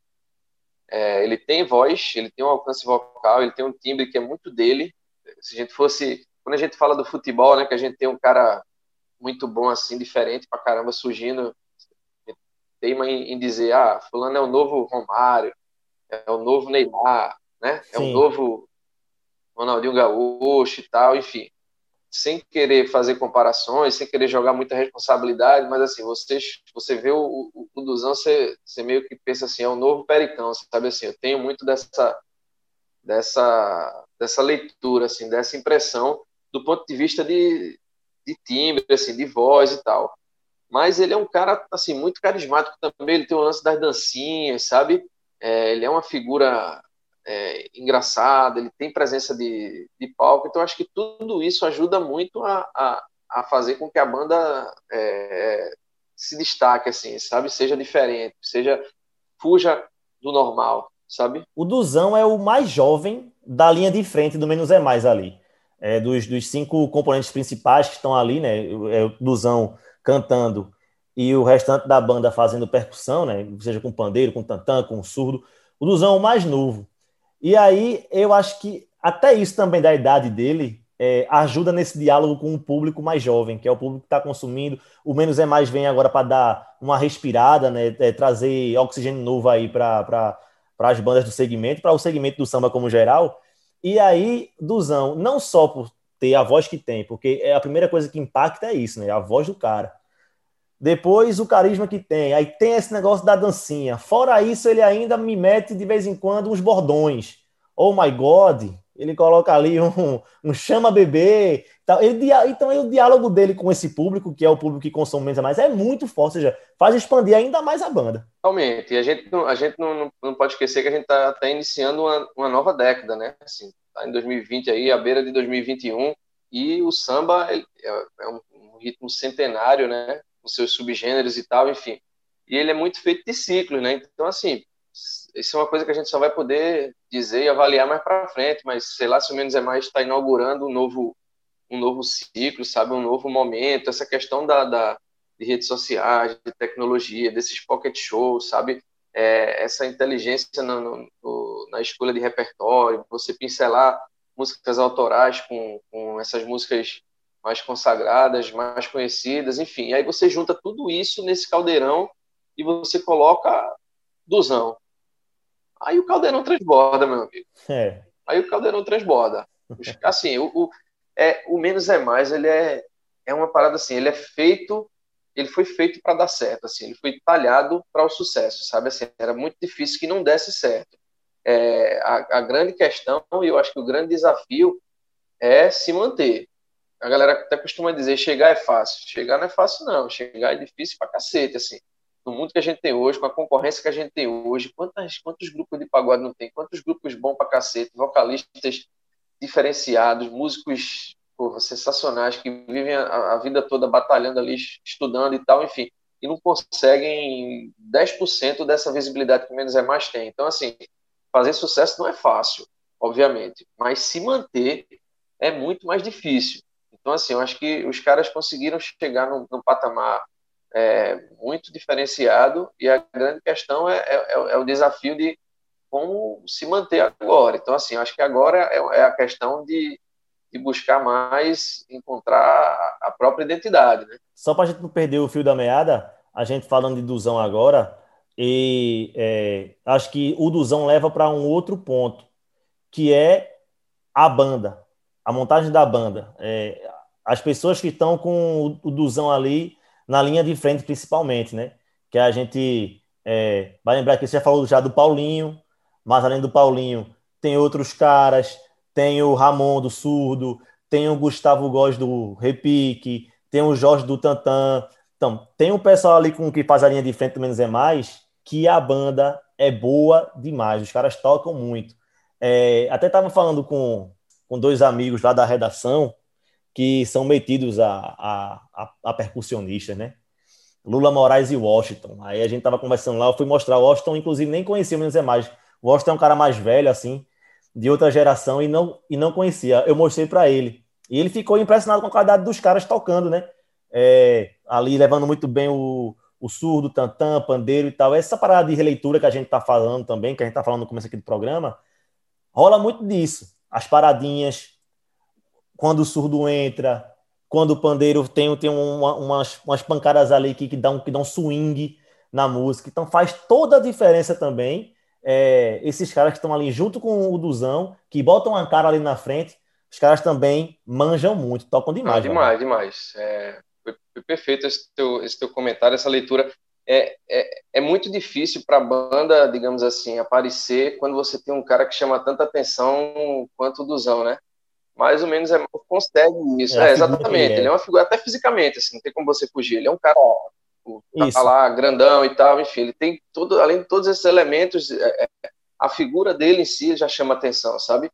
[SPEAKER 3] É, ele tem voz, ele tem um alcance vocal, ele tem um timbre que é muito dele. Se a gente fosse, quando a gente fala do futebol, né, que a gente tem um cara muito bom, assim, diferente pra caramba, surgindo, teima em, em dizer, ah, fulano é o novo Romário, é o novo Neymar, né? É o
[SPEAKER 2] Sim.
[SPEAKER 3] novo Ronaldinho Gaúcho e tal, enfim. Sem querer fazer comparações, sem querer jogar muita responsabilidade, mas assim, você, você vê o, o, o Duzão, você, você meio que pensa assim, é o novo Pericão, sabe assim, eu tenho muito dessa, dessa, dessa leitura, assim, dessa impressão do ponto de vista de, de timbre, assim, de voz e tal. Mas ele é um cara, assim, muito carismático também, ele tem o lance das dancinhas, sabe? É, ele é uma figura é, engraçada, ele tem presença de, de palco, então acho que tudo isso ajuda muito a, a, a fazer com que a banda é, se destaque, assim, sabe? Seja diferente, seja, fuja do normal, sabe?
[SPEAKER 2] O Duzão é o mais jovem da linha de frente do Menos é Mais ali. É, dos, dos cinco componentes principais que estão ali, né? É o Duzão cantando e o restante da banda fazendo percussão, né? Seja com pandeiro, com tantã, com surdo. O Duzão é o mais novo. E aí eu acho que até isso também da idade dele é, ajuda nesse diálogo com o público mais jovem, que é o público que está consumindo. O Menos é Mais vem agora para dar uma respirada, né? É, trazer oxigênio novo aí para para as bandas do segmento, para o segmento do samba como geral. E aí, Duzão, não só por ter a voz que tem, porque é a primeira coisa que impacta é isso, né? A voz do cara. Depois, o carisma que tem. Aí tem esse negócio da dancinha. Fora isso, ele ainda me mete de vez em quando uns bordões. Oh my God! Ele coloca ali um, um chama-bebê. Ele, então, o diálogo dele com esse público, que é o público que consome menos a mais, é muito forte. Ou seja, faz expandir ainda mais a banda.
[SPEAKER 3] Totalmente. E a gente, não, a gente não, não pode esquecer que a gente está tá iniciando uma, uma nova década, né? Assim, tá em dois mil e vinte aí, à beira de dois mil e vinte e um, e o samba ele é, é um, um ritmo centenário, né? Com seus subgêneros e tal, enfim. E ele é muito feito de ciclos, né? Então, assim, isso é uma coisa que a gente só vai poder dizer e avaliar mais para frente, mas sei lá se o Menos é Mais está inaugurando um novo, um novo ciclo, sabe? Um novo momento, essa questão da, da de redes sociais, de tecnologia, desses pocket shows, sabe? É, essa inteligência na, no, na escolha de repertório, você pincelar músicas autorais com, com essas músicas mais consagradas, mais conhecidas, enfim. E aí você junta tudo isso nesse caldeirão e você coloca Duzão. aí o caldeirão transborda, meu amigo.
[SPEAKER 2] É.
[SPEAKER 3] Aí o caldeirão transborda. Assim, o, o, é, o menos é mais, ele é, é uma parada assim, ele é feito, ele foi feito para dar certo, assim, ele foi talhado para o sucesso, sabe? Assim, era muito difícil que não desse certo. É, a, a grande questão, e eu acho que o grande desafio é se manter. A galera até costuma dizer, chegar é fácil. Chegar não é fácil, não. Chegar é difícil pra cacete, assim. No mundo que a gente tem hoje, com a concorrência que a gente tem hoje, quantas, quantos grupos de pagode não tem? Quantos grupos bons pra cacete? Vocalistas diferenciados, músicos porra, sensacionais, que vivem a, a vida toda batalhando ali, estudando e tal, enfim. E não conseguem dez por cento dessa visibilidade que o Menos é Mais tem. Então, assim, fazer sucesso não é fácil, obviamente. Mas se manter é muito mais difícil. Então, assim, eu acho que os caras conseguiram chegar num, num patamar é, muito diferenciado e a grande questão é, é, é o desafio de como se manter agora. Então, assim, eu acho que agora é, é a questão de, de buscar mais encontrar a própria identidade, né?
[SPEAKER 2] Só para a gente não perder o fio da meada, a gente falando de Duzão agora, e é, acho que o Duzão leva para um outro ponto, que é a banda, a montagem da banda. É, as pessoas que estão com o Duzão ali na linha de frente, principalmente, né? Que a gente é, vai lembrar que você já falou já do Paulinho, mas além do Paulinho, tem outros caras, tem o Ramon do Surdo, tem o Gustavo Góes do Repique, tem o Jorge do Tantã. Então, tem um pessoal ali com que faz a linha de frente do Menos é Mais, que a banda é boa demais, os caras tocam muito. É, até estava falando com, com dois amigos lá da redação que são metidos a, a, a, a percussionistas, né? Lula Moraes e Washington. Aí a gente tava conversando lá, eu fui mostrar o Washington, inclusive nem conhecia o Menos é Mais. O Washington é um cara mais velho, assim, de outra geração, e não, e não conhecia. Eu mostrei para ele. E ele ficou impressionado com a qualidade dos caras tocando, né? É, ali levando muito bem o, o surdo, tantã, pandeiro e tal. Essa parada de releitura que a gente tá falando também, que a gente tá falando no começo aqui do programa, rola muito disso. As paradinhas, quando o surdo entra, quando o pandeiro tem, tem uma, umas, umas pancadas ali que, que, dão, que dão swing na música. Então faz toda a diferença também. É, esses caras que estão ali junto com o Duzão, que botam a cara ali na frente, os caras também manjam muito, tocam demais.
[SPEAKER 3] Não, demais, demais. É, foi, foi perfeito esse teu, esse teu comentário, essa leitura. É, é, é muito difícil para a banda, digamos assim, aparecer quando você tem um cara que chama tanta atenção quanto o Duzão, né? Mais ou menos é, consegue isso. É, é exatamente. Ele é. ele é uma figura, até fisicamente, assim, não tem como você fugir. Ele é um cara, tá isso. lá, grandão e tal, enfim, ele tem todo, além de todos esses elementos, é, a figura dele em si já chama atenção, sabe?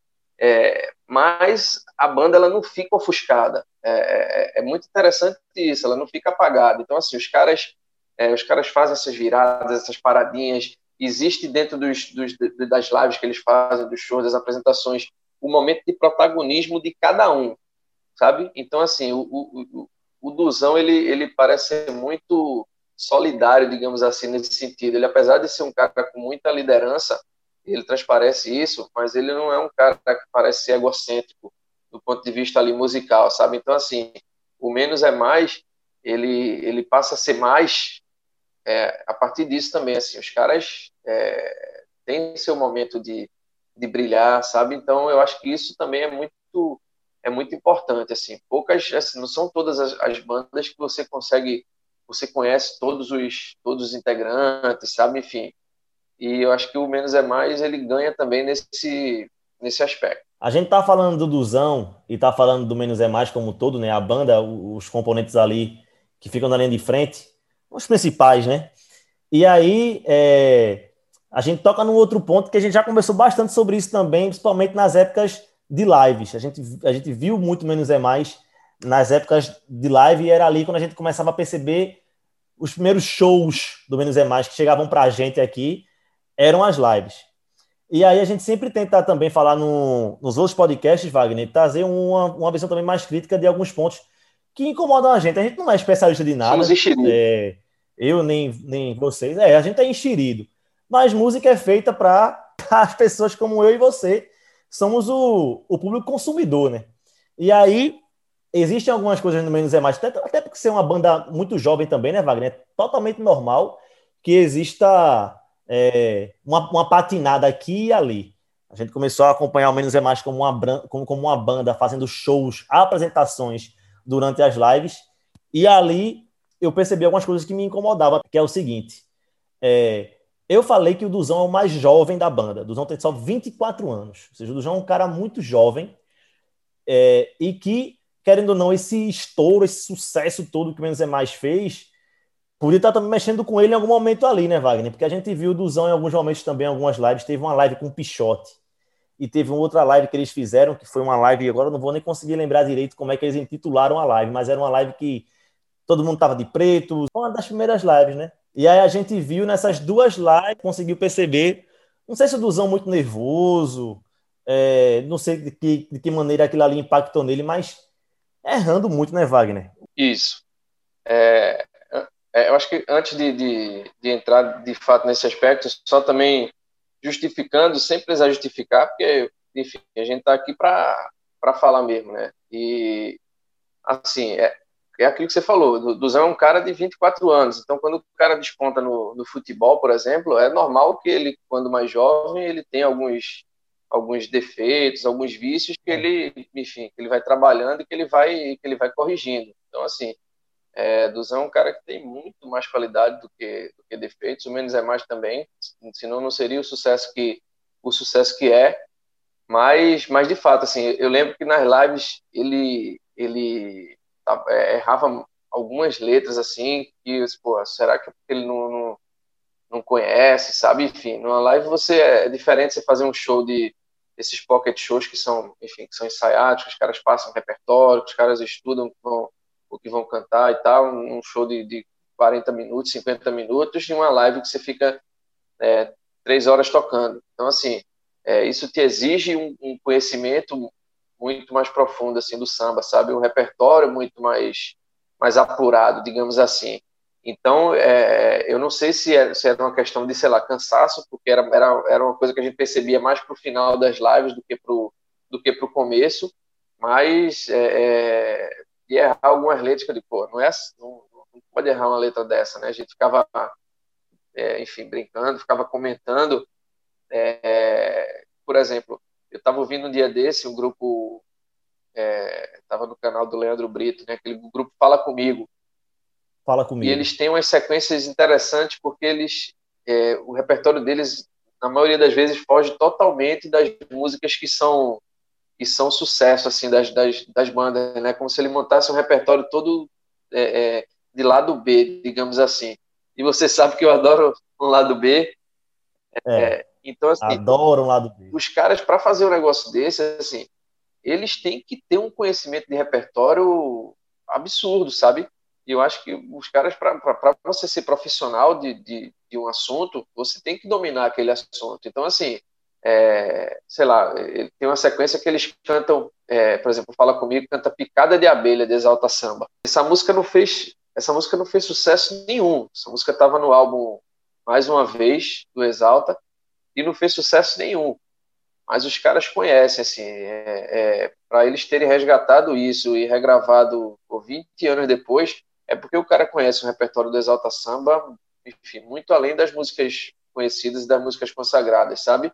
[SPEAKER 3] É, mas a banda, ela não fica ofuscada. É, é, é muito interessante isso, ela não fica apagada. Então, assim, os caras, é, os caras fazem essas viradas, essas paradinhas. Existe dentro dos, dos, das lives que eles fazem, dos shows, das apresentações, o momento de protagonismo de cada um, sabe? Então, assim, o, o, o, o Duzão, ele, ele parece ser muito solidário, digamos assim, nesse sentido. Ele, apesar de ser um cara com muita liderança, ele transparece isso, mas ele não é um cara que parece ser egocêntrico do ponto de vista ali musical, sabe? Então, assim, o Menos é Mais, ele, ele passa a ser mais é, a partir disso também, assim, os caras é, têm seu momento de de brilhar, sabe? Então eu acho que isso também é muito é muito importante, assim. Poucas, assim, não são todas as, as bandas que você consegue, você conhece todos os todos os integrantes, sabe? Enfim. E eu acho que o Menos é Mais, ele ganha também nesse nesse aspecto.
[SPEAKER 2] A gente tá falando do Duzão e tá falando do Menos é Mais como um todo, né? A banda, os componentes ali que ficam na linha de frente, os principais, né? E aí, é... a gente toca num outro ponto que a gente já conversou bastante sobre isso também, principalmente nas épocas de lives. A gente, a gente viu muito Menos é Mais nas épocas de live, e era ali quando a gente começava a perceber os primeiros shows do Menos é Mais que chegavam pra gente aqui, eram as lives. E aí a gente sempre tenta também falar no, nos outros podcasts, Wagner, trazer uma, uma visão também mais crítica de alguns pontos que incomodam a gente. A gente não é especialista de nada.
[SPEAKER 3] Somos enxeridos.
[SPEAKER 2] É, eu nem, nem vocês. É, a gente é enxerido. Mas música é feita para as pessoas como eu e você. Somos o, o público consumidor, né? E aí, existem algumas coisas no Menos é Mais, até, até porque ser uma banda muito jovem também, né, Wagner? É totalmente normal que exista é, uma, uma patinada aqui e ali. A gente começou a acompanhar o Menos é Mais como uma, como, como uma banda, fazendo shows, apresentações durante as lives, e ali eu percebi algumas coisas que me incomodavam, que é o seguinte, é, eu falei que o Duzão é o mais jovem da banda, o Duzão tem só vinte e quatro anos, ou seja, o Duzão é um cara muito jovem, é, e que, querendo ou não, esse estouro, esse sucesso todo que o Menos é Mais fez, podia estar também mexendo com ele em algum momento ali, né, Wagner? Porque a gente viu o Duzão em alguns momentos também, em algumas lives, teve uma live com o Pichote, e teve uma outra live que eles fizeram, que foi uma live, agora eu não vou nem conseguir lembrar direito como é que eles intitularam a live, mas era uma live que todo mundo tava de preto, uma das primeiras lives, né? E aí a gente viu nessas duas lives, conseguiu perceber, não sei se o Duzão muito nervoso, é, não sei de que, de que maneira aquilo ali impactou nele, mas errando muito, né, Wagner?
[SPEAKER 3] Isso. É, é, eu acho que antes de, de, de entrar de fato nesse aspecto, só também justificando, sem precisar justificar, porque, enfim, a gente está aqui para falar mesmo, né? E, assim, é, é aquilo que você falou, o Duzão é um cara de vinte e quatro anos, então quando o cara desponta no, no futebol, por exemplo, é normal que ele, quando mais jovem, ele tenha alguns, alguns defeitos, alguns vícios que ele, enfim, que ele vai trabalhando e que ele vai, que ele vai corrigindo. Então, assim, é, Duzão é um cara que tem muito mais qualidade do que, do que defeitos, o Menos é Mais também, senão não seria o sucesso que, o sucesso que é, mas, mas de fato, assim, eu lembro que nas lives ele, ele é, errava algumas letras assim, que, pô, será que ele não, não, não conhece, sabe? Enfim, numa live você é diferente você fazer um show de esses pocket shows que são, enfim, que são ensaiados, que os caras passam repertório, que os caras estudam que vão, o que vão cantar e tal, um show de, de quarenta minutos, cinquenta minutos, e uma live que você fica é, três horas tocando. Então, assim, é, isso te exige um, um conhecimento muito mais profundo, assim, do samba, sabe? Um repertório muito mais, mais apurado, digamos assim. Então, é, eu não sei se era, se era uma questão de, sei lá, cansaço, porque era, era, era uma coisa que a gente percebia mais pro final das lives do que pro, do que pro começo, mas é, é, de errar algumas letras que eu digo, pô, não, é, não, não pode errar uma letra dessa, né? A gente ficava, é, enfim, brincando, ficava comentando. É, por exemplo, eu estava ouvindo um dia desse um grupo, estava é, no canal do Leandro Brito, né? Aquele grupo Fala Comigo.
[SPEAKER 2] Fala
[SPEAKER 3] E
[SPEAKER 2] comigo.
[SPEAKER 3] eles têm umas sequências interessantes porque eles, é, o repertório deles, na maioria das vezes, foge totalmente das músicas que são que são sucesso assim das, das, das bandas, né? Como se ele montasse um repertório todo é, é, de lado B, digamos assim. E você sabe que eu adoro um lado B.
[SPEAKER 2] É,
[SPEAKER 3] É, então, assim,
[SPEAKER 2] adoro um lado B.
[SPEAKER 3] os caras, para fazer um negócio desse, assim, eles têm que ter um conhecimento de repertório absurdo, sabe? E eu acho que os caras, para você ser profissional de, de, de um assunto, você tem que dominar aquele assunto. Então, assim, é, sei lá, tem uma sequência que eles cantam, é, por exemplo, Fala Comigo, canta Picada de Abelha, de Exalta Samba. Essa música não fez, essa música não fez sucesso nenhum. Essa música estava no álbum Mais Uma Vez, do Exalta, e não fez sucesso nenhum. Mas os caras conhecem, assim, é, é, para eles terem resgatado isso e regravado por vinte anos depois, é porque o cara conhece o repertório do Exalta Samba, enfim, muito além das músicas conhecidas e das músicas consagradas, sabe?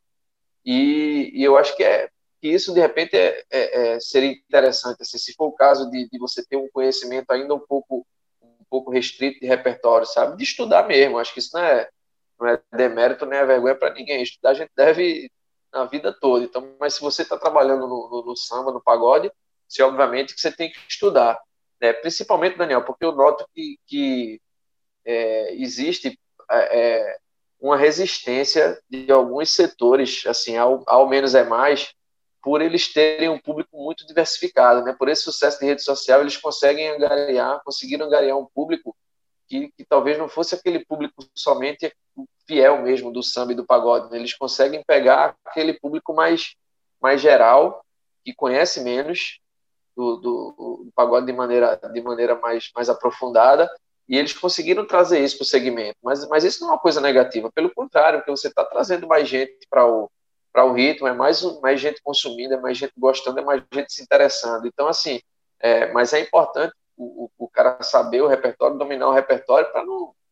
[SPEAKER 3] E, e eu acho que, é, que isso, de repente, é, é, é, seria interessante, assim, se for o caso de, de você ter um conhecimento ainda um pouco, um pouco restrito de repertório, sabe? De estudar mesmo, acho que isso não é, não é demérito nem é vergonha para ninguém. Estudar a gente deve na vida toda. Então, mas se você está trabalhando no, no, no samba, no pagode, você obviamente que você tem que estudar, né? Principalmente, Daniel, porque eu noto que, que é, existe é, uma resistência de alguns setores, assim, ao, ao menos é mais, por eles terem um público muito diversificado, né? Por esse sucesso de rede social, eles conseguem angariar, conseguiram angariar um público que, que talvez não fosse aquele público somente fiel mesmo do samba e do pagode, né? Eles conseguem pegar aquele público mais, mais geral, que conhece menos do, do, do pagode de maneira, de maneira mais, mais aprofundada, e eles conseguiram trazer isso para o segmento. Mas, mas isso não é uma coisa negativa, pelo contrário, porque você está trazendo mais gente para o, para o ritmo, é mais, mais gente consumindo, é mais gente gostando, é mais gente se interessando. Então, assim, é, mas é importante o, o, o cara saber o repertório, dominar o repertório para não,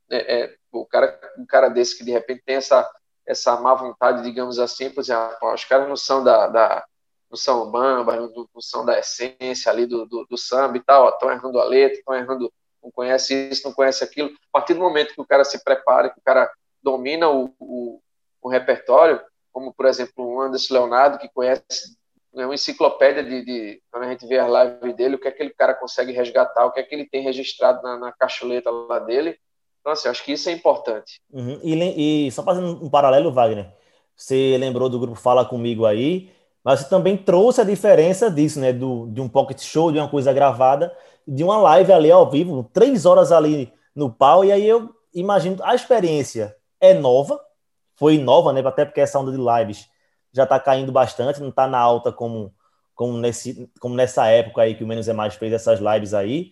[SPEAKER 3] é, é, o cara, um cara desse que de repente tem essa, essa má vontade, digamos assim, por exemplo, ah, os caras não são da, da não são bamba, não, não são da essência ali do, do, do samba e tal, estão errando a letra, estão errando, não conhece isso, não conhece aquilo. A partir do momento que o cara se prepara, que o cara domina o, o, o repertório, como, por exemplo, o Anderson Leonardo, que conhece, é uma enciclopédia de, de, quando a gente vê as lives dele, o que é que aquele cara consegue resgatar, o que é que ele tem registrado na, na cacholeta lá dele. Então, assim, acho que isso é importante.
[SPEAKER 2] Uhum. E, e só fazendo um paralelo, Wagner, você lembrou do grupo Fala Comigo aí, mas você também trouxe a diferença disso, né? Do, de um pocket show, de uma coisa gravada, de uma live ali ao vivo, três horas ali no pau, e aí eu imagino, a experiência é nova, foi nova, né? Até porque essa onda de lives já tá caindo bastante, não tá na alta como, como, nesse, como nessa época aí que o Menos é Mais fez essas lives aí,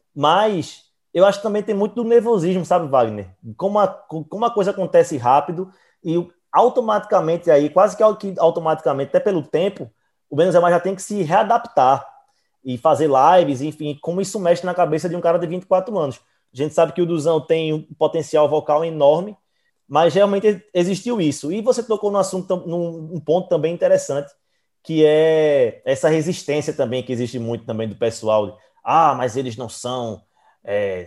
[SPEAKER 2] mas eu acho que também tem muito do nervosismo, sabe, Wagner? Como a, como a coisa acontece rápido e automaticamente aí, quase que automaticamente, até pelo tempo, o Menos é Mais já tem que se readaptar e fazer lives, enfim, como isso mexe na cabeça de um cara de vinte e quatro anos. A gente sabe que o Duzão tem um potencial vocal enorme, mas realmente existiu isso. E você tocou num assunto, num ponto também interessante, que é essa resistência também que existe muito também do pessoal. Ah, mas eles não são é,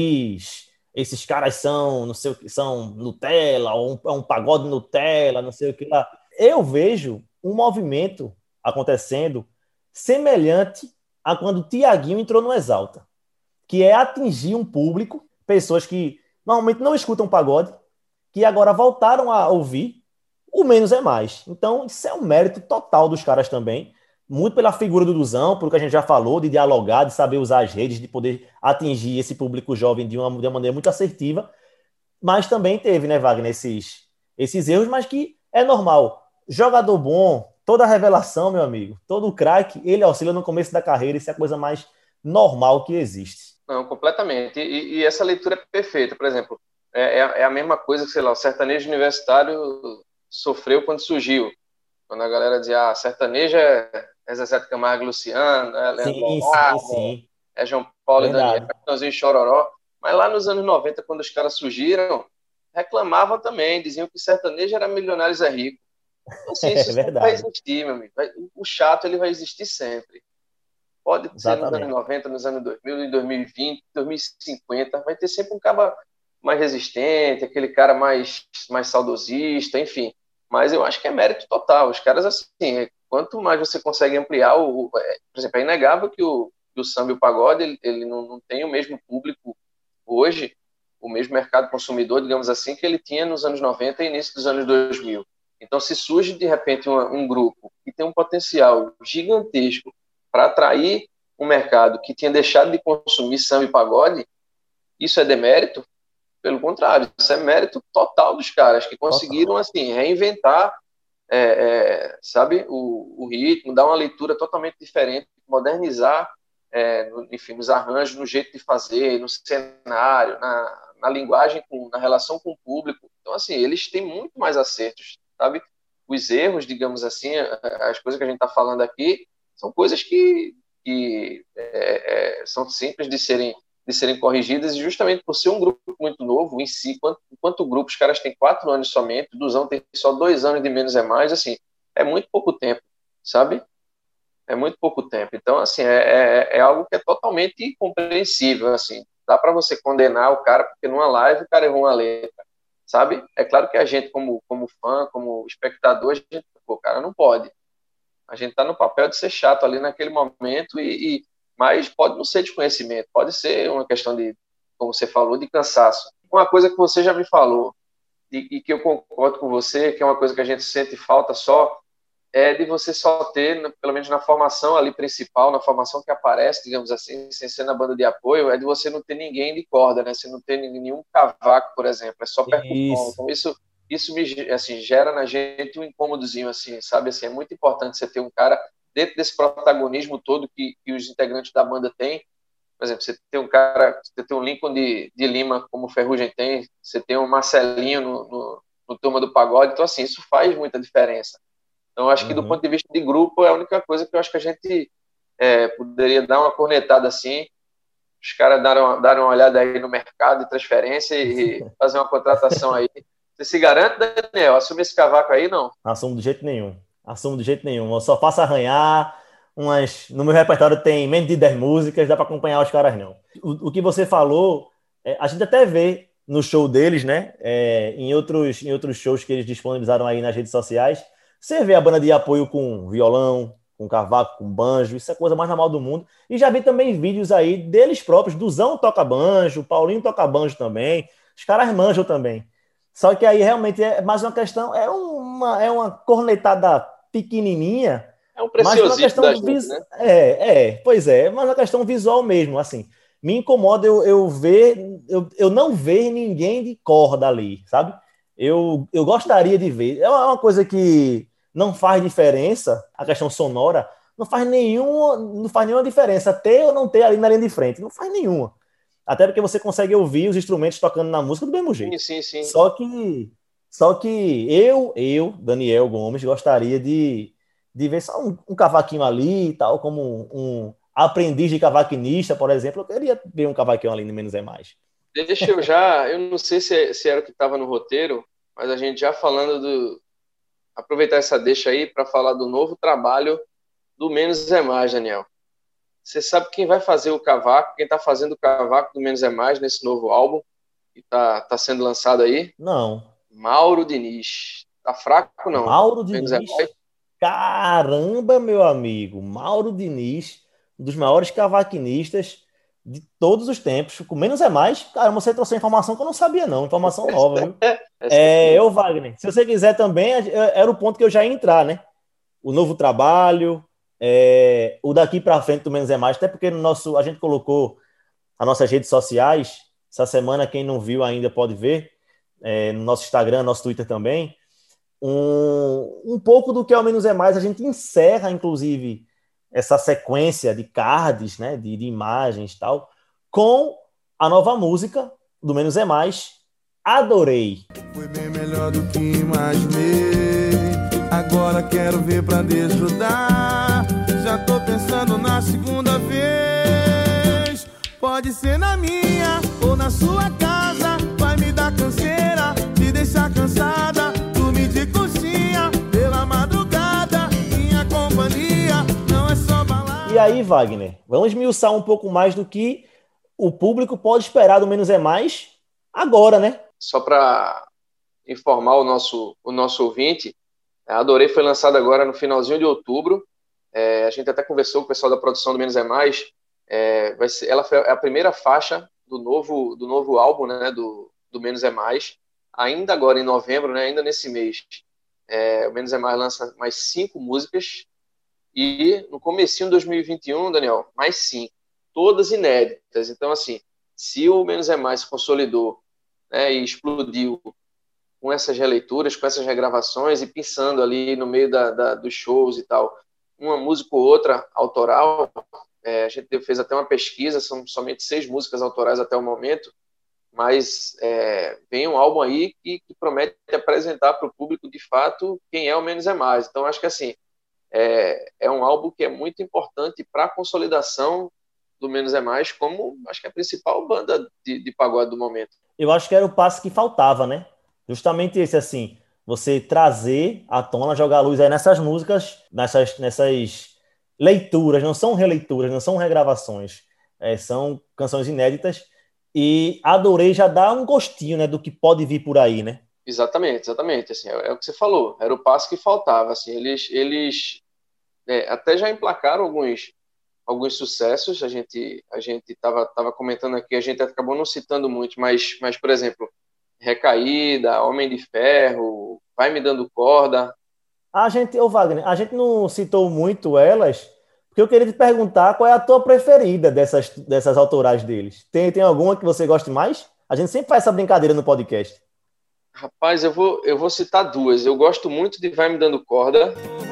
[SPEAKER 2] raiz, esses caras são, não sei o que, são Nutella, ou um, é um pagode Nutella, não sei o que lá. Eu vejo um movimento acontecendo semelhante a quando o Tiaguinho entrou no Exalta, que é atingir um público, pessoas que normalmente não escutam pagode, que agora voltaram a ouvir o Menos é Mais. Então, isso é um mérito total dos caras também, muito pela figura do Duzão, pelo que a gente já falou, de dialogar, de saber usar as redes, de poder atingir esse público jovem de uma, de uma maneira muito assertiva, mas também teve, né, Wagner, esses, esses erros, mas que é normal. Jogador bom, toda revelação, meu amigo, todo craque, ele auxilia no começo da carreira, isso é a coisa mais normal que existe.
[SPEAKER 3] Não, completamente. E, e essa leitura é perfeita. Por exemplo, é, é a mesma coisa que, sei lá, o sertanejo universitário sofreu quando surgiu. Quando a galera dizia, ah, sertanejo é, é Zezé de Camargo e Luciano, é Leandro
[SPEAKER 2] Sim,
[SPEAKER 3] Leonardo,
[SPEAKER 2] sim, sim.
[SPEAKER 3] é João Paulo
[SPEAKER 2] Verdade.
[SPEAKER 3] e Daniel, Chitãozinho e Chororó. Mas lá nos anos noventa, quando os caras surgiram, reclamavam também, diziam que sertanejo era Milionários é Rico. Então, assim, isso
[SPEAKER 2] É
[SPEAKER 3] sempre vai
[SPEAKER 2] verdade.
[SPEAKER 3] existir, meu amigo. O chato, ele vai existir sempre. Pode ser nos anos
[SPEAKER 2] Exatamente.
[SPEAKER 3] noventa, nos anos dois mil, em dois mil e vinte, dois mil e cinquenta, vai ter sempre um cara mais resistente, aquele cara mais, mais saudosista, enfim. Mas eu acho que é mérito total. Os caras, assim, quanto mais você consegue ampliar, o, por exemplo, é inegável que o, que o samba e o pagode, ele, ele não, não tem o mesmo público hoje, o mesmo mercado consumidor, digamos assim, que ele tinha nos anos noventa e início dos anos dois mil. Então, se surge, de repente, uma, um grupo que tem um potencial gigantesco para atrair um mercado que tinha deixado de consumir samba e pagode, isso é demérito? Pelo contrário, isso é mérito total dos caras que conseguiram, assim, reinventar, é, é, sabe, o, o ritmo, dar uma leitura totalmente diferente, modernizar, é, no, enfim, nos arranjos, no jeito de fazer, no cenário, na, na linguagem, com, na relação com o público. Então, assim, eles têm muito mais acertos, sabe? Os erros, digamos assim, as coisas que a gente está falando aqui, são coisas que, que é, é, são simples de serem, de serem corrigidas, e justamente por ser um grupo muito novo em si, enquanto, enquanto o grupo, os caras têm quatro anos somente, o Duzão tem só dois anos de Menos é Mais, assim, é muito pouco tempo, sabe? É muito pouco tempo. Então, assim, é, é, é algo que é totalmente incompreensível, assim. Dá para você condenar o cara porque numa live o cara errou uma letra, sabe? É claro que a gente, como, como fã, como espectador, a gente, pô, o cara não pode. A gente está no papel de ser chato ali naquele momento, e, e, mas pode não ser desconhecimento, pode ser uma questão de, como você falou, de cansaço. Uma coisa que você já me falou, e, e que eu concordo com você, que é uma coisa que a gente sente falta só, é de você só ter, pelo menos na formação ali principal, na formação que aparece, digamos assim, sem ser na banda de apoio, é de você não ter ninguém de corda, né? Você não ter nenhum cavaco, por exemplo, é só percussão. Então isso, isso me, assim, gera na gente um incômodozinho, assim, sabe? Assim, é muito importante você ter um cara dentro desse protagonismo todo que, que os integrantes da banda têm. Por exemplo, você tem um cara, você tem um Lincoln de, de Lima, como o Ferrugem tem, você tem um Marcelinho no, no, no Turma do Pagode, então assim, isso faz muita diferença. Então, acho que do
[SPEAKER 2] Uhum.
[SPEAKER 3] ponto de vista de grupo, é a única coisa que eu acho que a gente é, poderia dar uma cornetada assim, os caras darem, darem uma olhada aí no mercado de transferência e fazer uma contratação aí. Você se garante, Daniel? Assume esse cavaco aí, não?
[SPEAKER 2] Assumo de jeito nenhum. Assumo de jeito nenhum. Eu só faço arranhar. Umas... No meu repertório tem menos de dez músicas, dá para acompanhar os caras, não. O, o que você falou, é, a gente até vê no show deles, né? É, em, outros, em outros shows que eles disponibilizaram aí nas redes sociais. Você vê a banda de apoio com violão, com cavaco, com banjo, isso é a coisa mais normal do mundo. E já vi também vídeos aí deles próprios, Duzão toca banjo, Paulinho toca banjo também, os caras manjam também. Só que aí realmente é mais uma questão, é uma, é uma cornetada pequenininha,
[SPEAKER 3] é um
[SPEAKER 2] mas uma questão
[SPEAKER 3] da gente,
[SPEAKER 2] vis...
[SPEAKER 3] né?
[SPEAKER 2] É, é, pois é, mas uma questão visual mesmo, assim. Me incomoda eu, eu ver, eu, eu não ver ninguém de corda ali, sabe? Eu, eu gostaria de ver. É uma coisa que não faz diferença, a questão sonora, não faz nenhuma, não faz nenhuma diferença ter ou não ter ali na linha de frente, não faz nenhuma. Até porque você consegue ouvir os instrumentos tocando na música do mesmo jeito.
[SPEAKER 3] Sim, sim, sim.
[SPEAKER 2] Só que, só que eu, eu, Daniel Gomes, gostaria de, de ver só um, um cavaquinho ali e tal, como um, um aprendiz de cavaquinista, por exemplo. Eu queria ver um cavaquinho ali no Menos é Mais.
[SPEAKER 3] Deixa eu já, eu não sei se, se era o que estava no roteiro, mas a gente já falando do... Aproveitar essa deixa aí para falar do novo trabalho do Menos é Mais, Daniel. Você sabe quem vai fazer o cavaco, quem está fazendo o cavaco do Menos é Mais nesse novo álbum que está tá sendo lançado aí?
[SPEAKER 2] Não.
[SPEAKER 3] Mauro Diniz. Tá fraco, não?
[SPEAKER 2] Mauro Diniz?
[SPEAKER 3] É Mais?
[SPEAKER 2] Caramba, meu amigo. Mauro Diniz, um dos maiores cavaquinistas de todos os tempos. Com Menos é Mais, cara, você trouxe informação que eu não sabia, não. Informação nova, viu? É, eu, Wagner, se você quiser também, era o ponto que eu já ia entrar, né? O novo trabalho, é, o daqui para frente do Menos é Mais, até porque no nosso, a gente colocou as nossas redes sociais, essa semana, quem não viu ainda pode ver, é, no nosso Instagram, nosso Twitter também, um, um pouco do que é o Menos é Mais, a gente encerra, inclusive, essa sequência de cards, né, de, de imagens e tal, com a nova música do Menos é Mais, Adorei.
[SPEAKER 1] Foi bem melhor do que imaginei. Agora quero ver pra desgrudar. Já tô pensando na segunda vez. Pode ser na minha ou na sua casa. Vai me dar canseira, te deixar cansada. Dormir de coxinha pela madrugada. Minha companhia não é só balada.
[SPEAKER 2] E aí, Wagner, vamos esmiuçar um pouco mais do que o público pode esperar do Menos é Mais agora, né?
[SPEAKER 3] Só para informar o nosso, o nosso ouvinte, a Adorei foi lançada agora no finalzinho de outubro. É, a gente até conversou com o pessoal da produção do Menos é Mais. É, vai ser, ela foi a primeira faixa do novo, do novo álbum, né, do, do Menos é Mais. Ainda agora em novembro, né, ainda nesse mês, é, o Menos é Mais lança mais cinco músicas. E no comecinho de dois mil e vinte e um, Daniel, mais cinco. Todas inéditas. Então, assim, se o Menos é Mais se consolidou, né, e explodiu com essas releituras, com essas regravações e pensando ali no meio da, da, dos shows e tal, uma música ou outra autoral, é, a gente fez até uma pesquisa, são somente seis músicas autorais até o momento, mas é, vem um álbum aí que, que promete apresentar para o público de fato quem é o Menos é Mais. Então acho que assim, é, é um álbum que é muito importante para a consolidação do Menos é Mais como, acho que é a principal banda de, de pagode do momento.
[SPEAKER 2] Eu acho que era o passo que faltava, né? Justamente esse, assim, você trazer à tona, jogar a luz aí nessas músicas, nessas, nessas leituras, não são releituras, não são regravações, é, são canções inéditas, e Adorei já dá um gostinho, né, do que pode vir por aí, né?
[SPEAKER 3] Exatamente, exatamente, assim, é, é o que você falou, era o passo que faltava, assim, eles, eles é, até já emplacaram alguns, alguns sucessos, a gente a gente tava, tava comentando aqui, a gente acabou não citando muito, mas, mas por exemplo, Recaída, Homem de Ferro, Vai Me Dando Corda.
[SPEAKER 2] A gente, ô Wagner, a gente não citou muito elas, porque eu queria te perguntar qual é a tua preferida dessas, dessas autorais deles. Tem, tem alguma que você goste mais? A gente sempre faz essa brincadeira no podcast.
[SPEAKER 3] Rapaz, eu vou, eu vou citar duas. Eu gosto muito de Vai Me Dando Corda.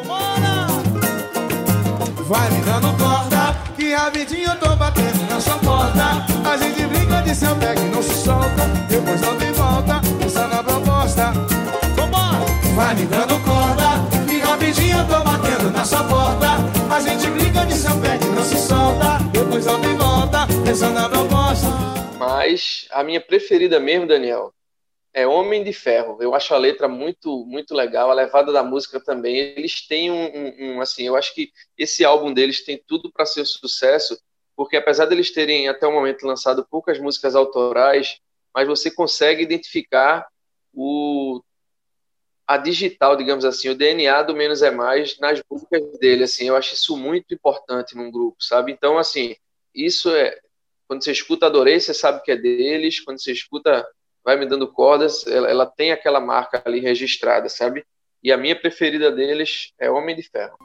[SPEAKER 1] Vai me dando corda, que rapidinho eu tô batendo na sua porta. A gente brinca de seu pé que não se solta, depois não tem volta, pensa na proposta. Vambora! Vai me dando corda, que rapidinho eu tô batendo na sua porta. A gente brinca de seu pé que não se solta, depois não tem volta, pensa na proposta.
[SPEAKER 3] Mas a minha preferida mesmo, Daniel, é Homem de Ferro. Eu acho a letra muito, muito legal, a levada da música também. Eles têm um, um, um assim, eu acho que esse álbum deles tem tudo para ser sucesso, porque apesar deles terem até o momento lançado poucas músicas autorais, mas você consegue identificar o a digital, digamos assim, o D N A do Menos é Mais nas músicas dele, assim, eu acho isso muito importante num grupo, sabe? Então, assim, isso é, quando você escuta Adorei, você sabe que é deles, quando você escuta Vai Me Dando Cordas, ela, ela tem aquela marca ali registrada, sabe? E a minha preferida deles é Homem de Ferro.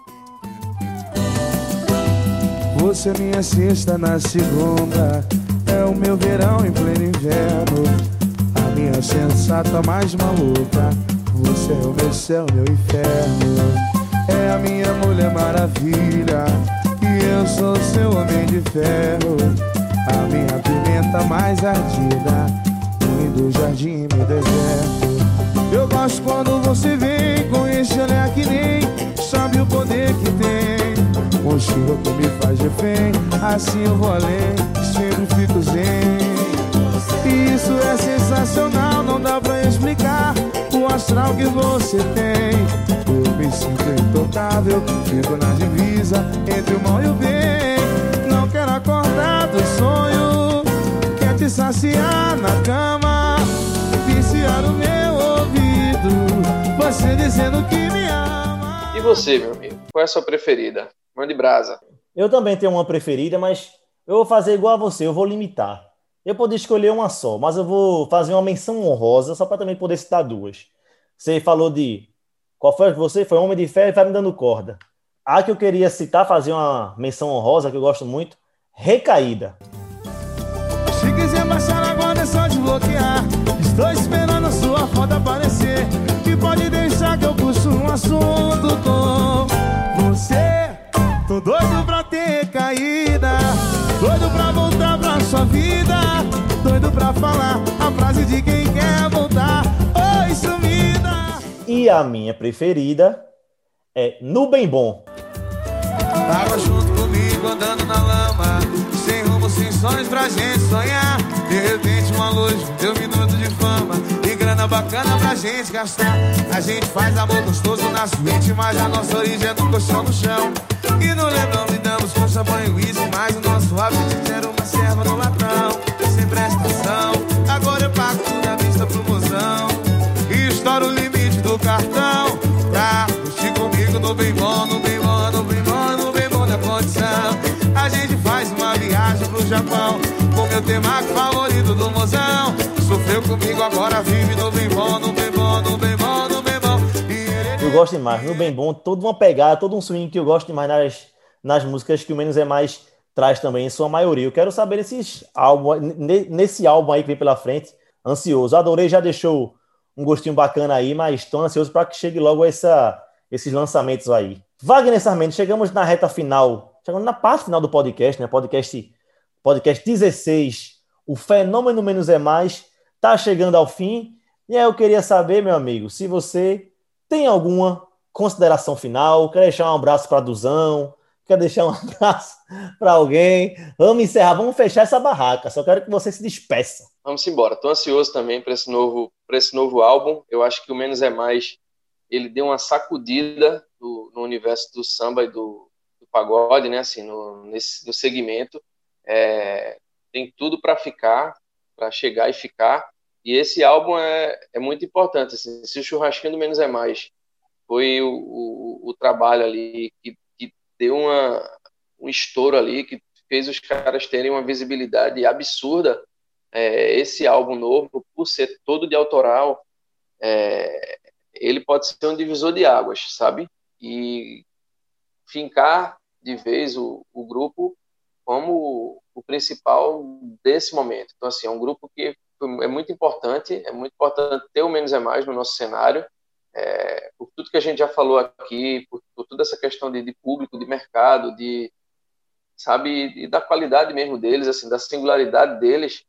[SPEAKER 1] Você é minha sexta na segunda, é o meu verão em pleno inverno, a minha sensata mais maluca. Você é o meu céu, meu inferno. É a minha Mulher Maravilha e eu sou seu Homem de Ferro. A minha pimenta mais ardida, um lindo jardim no deserto. Eu gosto quando você vem com esse olhar que nem sabe o poder que tem. Um estilo que me faz refém, assim eu vou além, sempre fico zen. E isso é sensacional, não dá pra explicar o astral que você tem. Eu me sinto intocável, fico na divisa entre o mal e o bem. Não quero acordar do sonho, quer te saciar na cama, viciar o meu ouvido, você dizendo que me ama.
[SPEAKER 3] E você, meu amigo, qual é a sua preferida? Mande brasa.
[SPEAKER 2] Eu também tenho uma preferida, mas eu vou fazer igual a você, eu vou limitar. Eu poderia escolher uma só, mas eu vou fazer uma menção honrosa, só para também poder citar duas. Você falou de... Qual foi que você? Foi Homem de Ferro e Vai Me Dando Corda. A que eu queria citar, fazer uma menção honrosa, que eu gosto muito, Recaída.
[SPEAKER 1] Se quiser baixar agora é só desbloquear. Estou esperando a sua foto aparecer. E pode deixar que eu puxo um assunto com você. Tô doido pra ter caída, doido pra voltar pra sua vida, doido pra falar a frase de quem quer voltar. Oi, sumida.
[SPEAKER 2] E a minha preferida é No Bem Bom.
[SPEAKER 1] Tava junto comigo andando na lama, sem rumo, sem sonhos pra gente sonhar. De repente uma luz, deu minuto de fama e grana bacana pra gente gastar. A gente faz amor gostoso na suíte, mas a nossa origem é do colchão no chão. E no leblão lidamos com champanhe e whisky, mas o nosso apetite era uma serva no latão. Sem prestação, agora eu pago tudo à vista pro mozão e estouro o limite do cartão pra curtir comigo no bem bom, no bem bom, no bem bom, no bem bom da condição. A gente faz uma viagem pro Japão com meu tema favorito do mozão. Sofreu comigo, agora vive no bem bom, no bem bom, no bem bom, no bem bom.
[SPEAKER 2] Eu gosto demais, No Bem Bom, toda uma pegada, todo um swing que eu gosto demais nas, nas músicas que o Menos é Mais traz também, em sua maioria. Eu quero saber nesses álbum, nesse álbum aí que vem pela frente, ansioso. Adorei, já deixou um gostinho bacana aí, mas estou ansioso para que chegue logo essa, esses lançamentos aí. Wagner Sarmento, chegamos na reta final, chegamos na parte final do podcast, né? Podcast, podcast dezesseis, o Fenômeno Menos é Mais, tá chegando ao fim. E aí eu queria saber, meu amigo, se você tem alguma consideração final, quer deixar um abraço para Duzão, quer deixar um abraço para alguém. Vamos encerrar, vamos fechar essa barraca. Só quero que você se despeça.
[SPEAKER 3] Vamos embora. Estou ansioso também para esse novo, para esse novo álbum. Eu acho que o Menos é Mais, ele deu uma sacudida no, no universo do samba e do, do pagode, né? Assim, no, nesse, no segmento. É, tem tudo para ficar, para chegar e ficar. E esse álbum é, é muito importante. Assim, se o Churrasquinho do Menos é Mais foi o, o, o trabalho ali que, que deu uma, um estouro ali, que fez os caras terem uma visibilidade absurda, é, esse álbum novo, por ser todo de autoral, é, ele pode ser um divisor de águas, sabe? E fincar de vez o, o grupo como o principal desse momento. Então, assim, é um grupo que é muito importante, é muito importante ter o Menos é Mais no nosso cenário, é, por tudo que a gente já falou aqui, por, por toda essa questão de, de público, de mercado, de, sabe, e da qualidade mesmo deles, assim, da singularidade deles,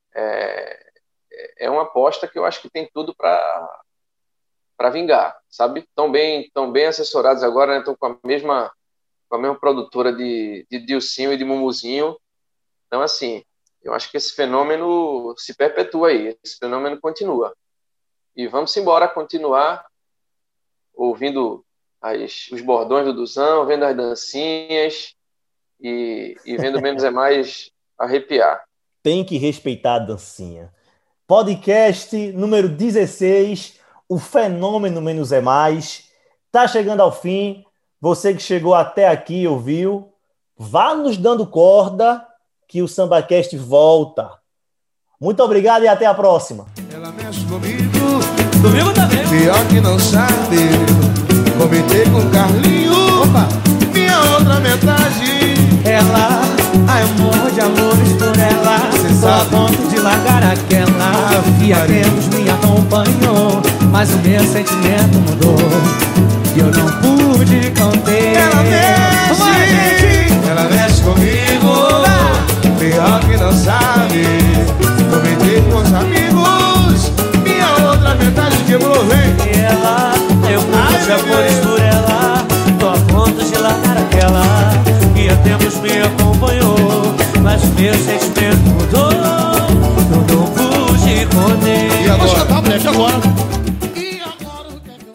[SPEAKER 3] é, é uma aposta que eu acho que tem tudo para para vingar, sabe? Estão bem, tão bem assessorados agora, né? Estão com a mesma com a mesma produtora de, de Dilcinho e de Mumuzinho. Então, assim, Eu acho que esse fenômeno se perpetua aí, esse fenômeno continua. E vamos embora continuar ouvindo as, os bordões do Duzão, vendo as dancinhas e, e vendo Menos é Mais arrepiar.
[SPEAKER 2] Tem que respeitar a dancinha. Podcast número dezesseis, o fenômeno Menos é Mais. Tá chegando ao fim. Você que chegou até aqui e ouviu, vá nos dando corda que o SambaCast volta. Muito obrigado e até a próxima.
[SPEAKER 1] Ela mexe comigo,
[SPEAKER 4] Comigo também.
[SPEAKER 1] pior que não sabe. Comentei com Carlinho, opa, minha outra metade.
[SPEAKER 4] Ela, ai, eu morro de amores por ela.
[SPEAKER 1] Cê
[SPEAKER 4] Só a
[SPEAKER 1] sabe.
[SPEAKER 4] ponto de largar aquela. Via tempos me acompanhou, mas o meu sentimento mudou e eu não pude conter.
[SPEAKER 1] Ela mexe,
[SPEAKER 4] Vai, gente.
[SPEAKER 1] ela mexe comigo, pior que não sabe. Comentei com os amigos, minha outra metade quebrou, vem.
[SPEAKER 4] E ela, eu morro de amores por ela. Tô a ponto de largar aquela. E há tempos me acompanhou, mas o meu sentimento mudou. Eu não pude conter.
[SPEAKER 1] E agora? Tá, agora.